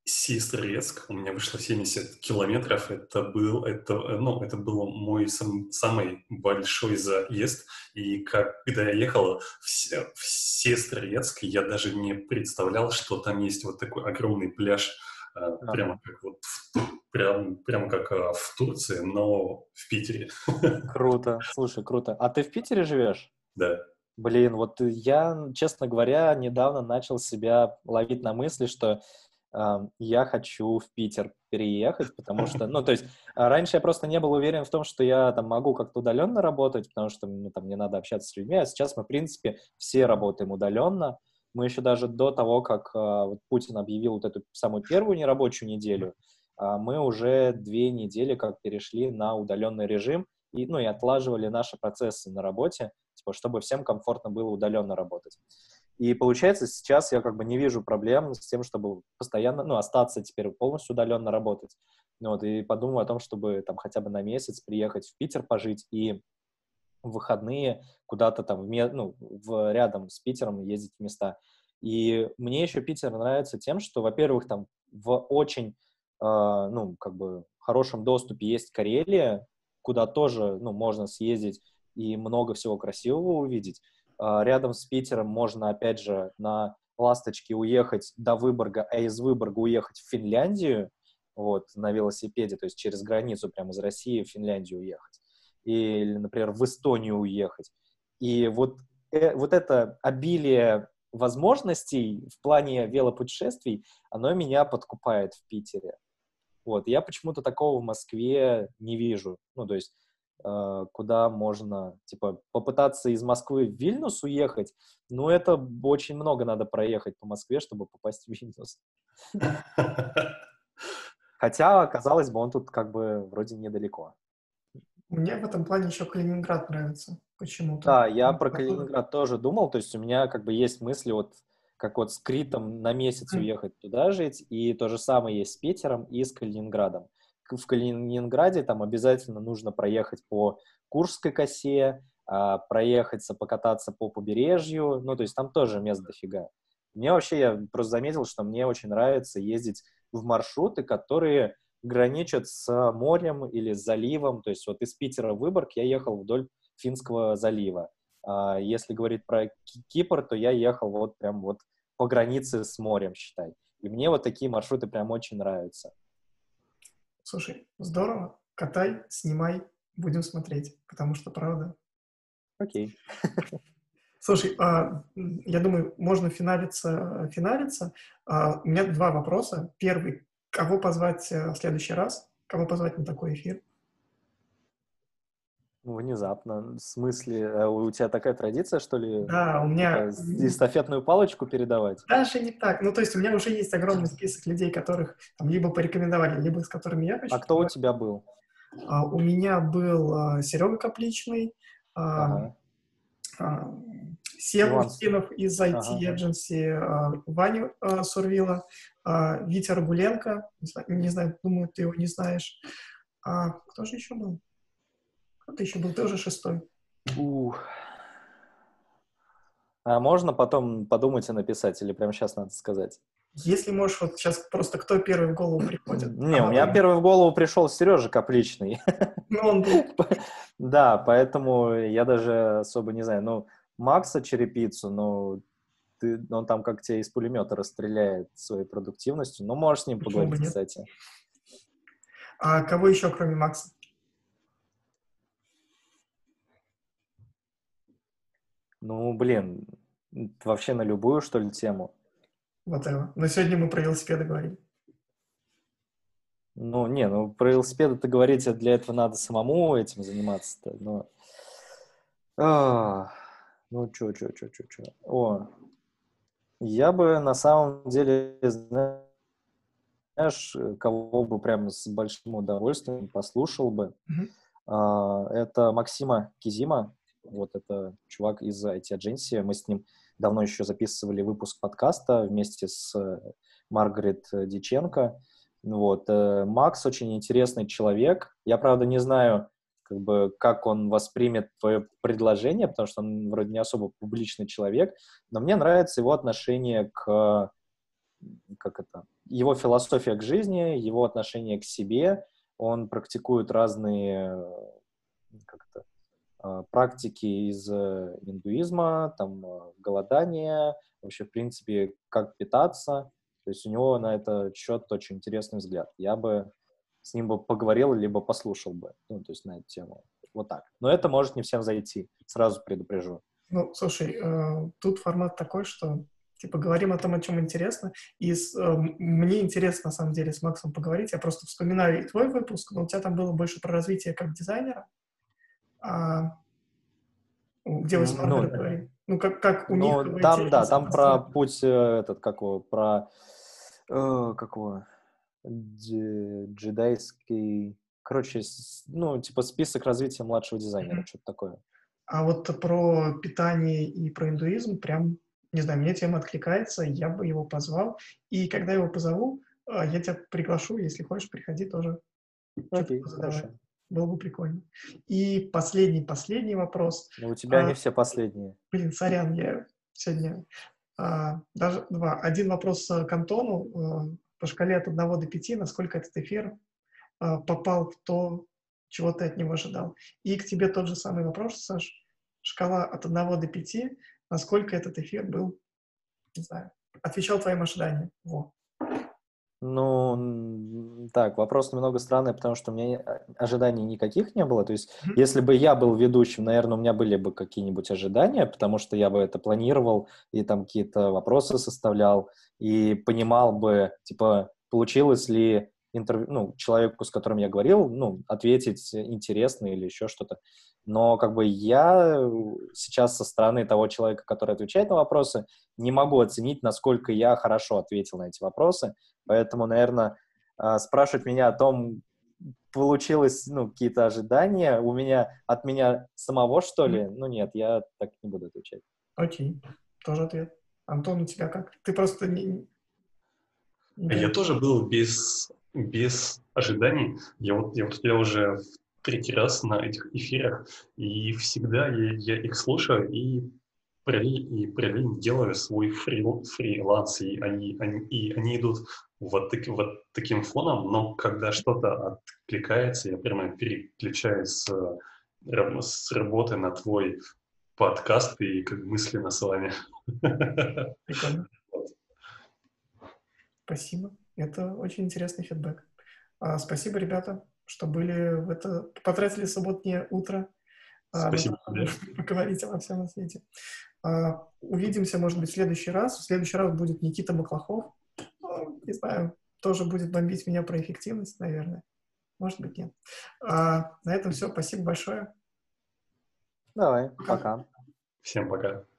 Сестрорецк, у меня вышло 70 километров, это был мой самый большой заезд, и когда я ехал в Сестрорецк, я даже не представлял, что там есть вот такой огромный пляж, Ага. прямо как в Турции, но в Питере. Круто. Слушай, круто. А ты в Питере живешь? Да. Блин, вот я, честно говоря, недавно начал себя ловить на мысли, что я хочу в Питер переехать, потому что, ну, то есть, раньше я просто не был уверен в том, что я там могу как-то удаленно работать, потому что, ну, там, мне надо общаться с людьми, а сейчас мы, в принципе, все работаем удаленно. Мы еще даже до того, как вот Путин объявил вот эту самую первую нерабочую неделю, мы уже 2 недели как перешли на удаленный режим, и, ну, и отлаживали наши процессы на работе, типа, чтобы всем комфортно было удаленно работать. И получается, сейчас я как бы не вижу проблем с тем, чтобы постоянно, ну, остаться теперь полностью удаленно работать. Ну, вот, и подумаю о том, чтобы там хотя бы на месяц приехать в Питер пожить и в выходные куда-то там рядом с Питером ездить в места. И мне еще Питер нравится тем, что, во-первых, там в очень, как бы хорошем доступе есть Карелия, куда тоже, ну, можно съездить и много всего красивого увидеть. Рядом с Питером можно, опять же, на «Ласточке» уехать до Выборга, а из Выборга уехать в Финляндию, вот, на велосипеде, то есть через границу прямо из России в Финляндию уехать. Или, например, в Эстонию уехать. И вот это обилие возможностей в плане велопутешествий, оно меня подкупает в Питере. Вот. Я почему-то такого в Москве не вижу. Ну, то есть, куда можно, типа, попытаться из Москвы в Вильнюс уехать, но это очень много надо проехать по Москве, чтобы попасть в Вильнюс. Хотя, казалось бы, он тут как бы вроде недалеко. Мне в этом плане еще Калининград нравится почему-то. Да, я про Калининград тоже думал, то есть у меня как бы есть мысли вот как вот с Критом на месяц М, уехать туда жить, и то же самое есть с Питером и с Калининградом. В Калининграде там обязательно нужно проехать по Куршской косе, проехаться, покататься по побережью, ну, то есть там тоже мест дофига. Мне вообще, я просто заметил, что мне очень нравится ездить в маршруты, которые граничат с морем или с заливом, то есть вот из Питера в Выборг я ехал вдоль Финского залива. Если говорить про Кипр, то я ехал вот прям вот по границе с морем, считай. И мне вот такие маршруты прям очень нравятся. Слушай, здорово. Катай, снимай, будем смотреть, потому что правда. Окей. Слушай, я думаю, можно финалиться. У меня два вопроса. Первый, кого позвать в следующий раз? Кого позвать на такой эфир? Ну, внезапно. В смысле, у тебя такая традиция, что ли, Да, у типа, меня эстафетную палочку передавать? даже не так. Ну, то есть у меня уже есть огромный список людей, которых там либо порекомендовали, либо с которыми я А хочу кто у поговорить. тебя был? У меня был Серега Капличный, а, Ага. а, Сев Иван. Устинов из IT Ага. Agency, Ваню Сурвила, Витя Рагуленко, не знаю, думаю, ты его не знаешь. Кто же еще был? Кто-то еще был, ты уже шестой. Ух. А можно потом подумать и написать, или прямо сейчас надо сказать? Если можешь, вот сейчас просто кто первый в голову приходит. Не, у меня первый в голову пришел Сережа Капличный. Ну, он был. Да, поэтому я даже особо не знаю. Ну, Макса Черепицу, ну, он там как тебя из пулемета расстреляет своей продуктивностью. Ну, можешь с ним Почему бы поговорить, нет? кстати. А кого еще, кроме Макса? Ну, блин, вообще на любую, что ли, тему. Вот это. Но сегодня мы про велосипеды говорили. Ну, не, ну, про велосипеды-то говорить, для этого надо самому этим заниматься-то, но... Ну, чё. О, я бы на самом деле, знаешь, кого бы прям с большим удовольствием послушал бы. Мгм. Это Максима Кизима. Вот это чувак из IT-агенсии. Мы с ним давно еще записывали выпуск подкаста вместе с Маргарет Диченко. Вот. Макс очень интересный человек. Я, правда, не знаю, как бы, как он воспримет твое предложение, потому что он вроде не особо публичный человек, но мне нравится его отношение к, как это, его философия к жизни, его отношение к себе, он практикует разные практики из индуизма, там, голодание, вообще, в принципе, как питаться. То есть у него на этот счет очень интересный взгляд. Я бы с ним бы поговорил, либо послушал бы, ну, то есть на эту тему. Вот так. Но это может не всем зайти, сразу предупрежу. Ну, слушай, тут формат такой, что, типа, говорим о том, о чем интересно, и мне интересно, на самом деле, с Максом поговорить. Я просто вспоминаю и твой выпуск, но у тебя там было больше про развитие как дизайнера, где вы с Маргарет говорили. Ну, как у них Ну, там, да, там про путь джедайский, короче, ну, типа список развития младшего дизайнера, что-то такое. А вот про питание и про индуизм прям, не знаю, мне тема откликается, я бы его позвал. И когда его позову, я тебя приглашу, если хочешь, приходи тоже. Окей, хорошо. Было бы прикольно. И последний вопрос. Но у тебя они все последние. Блин, сорян, я сегодня... даже два. Один вопрос к Антону. По шкале от 1 до 5, насколько этот эфир попал в то, чего ты от него ожидал. И к тебе тот же самый вопрос, Саш. Шкала от 1 до 5, насколько этот эфир был, не знаю, отвечал твоим ожиданиям. Во. Ну, так, вопрос немного странный, потому что у меня ожиданий никаких не было. То есть, если бы я был ведущим, наверное, у меня были бы какие-нибудь ожидания, потому что я бы это планировал и там какие-то вопросы составлял, и понимал бы, типа, получилось ли человеку, с которым я говорил, ответить интересно или еще что-то. Но как бы я сейчас со стороны того человека, который отвечает на вопросы, не могу оценить, насколько я хорошо ответил на эти вопросы. Поэтому, наверное, спрашивать меня о том, получилось, какие-то ожидания от меня самого, что ли? Ну, нет, я так не буду отвечать. Окей, тоже ответ. Антон, у тебя как? Ты просто не... Я тоже был без ожиданий. Я уже в 3-й раз на этих эфирах, и всегда я их слушаю и параллельно делаю свой фриланс, и они идут вот таким фоном, но когда что-то откликается, я прямо переключаюсь с работы на твой подкаст и как мысленно с вами. Прикольно. Спасибо. Это очень интересный фидбэк. Спасибо, ребята, что были потратили субботнее утро Спасибо тебе. Поговорить обо всем на свете. Увидимся, может быть, в следующий раз. В следующий раз будет Никита Маклахов. Не знаю, тоже будет бомбить меня про эффективность, наверное. Может быть, нет. На этом все. Спасибо большое. Давай, пока. Всем пока.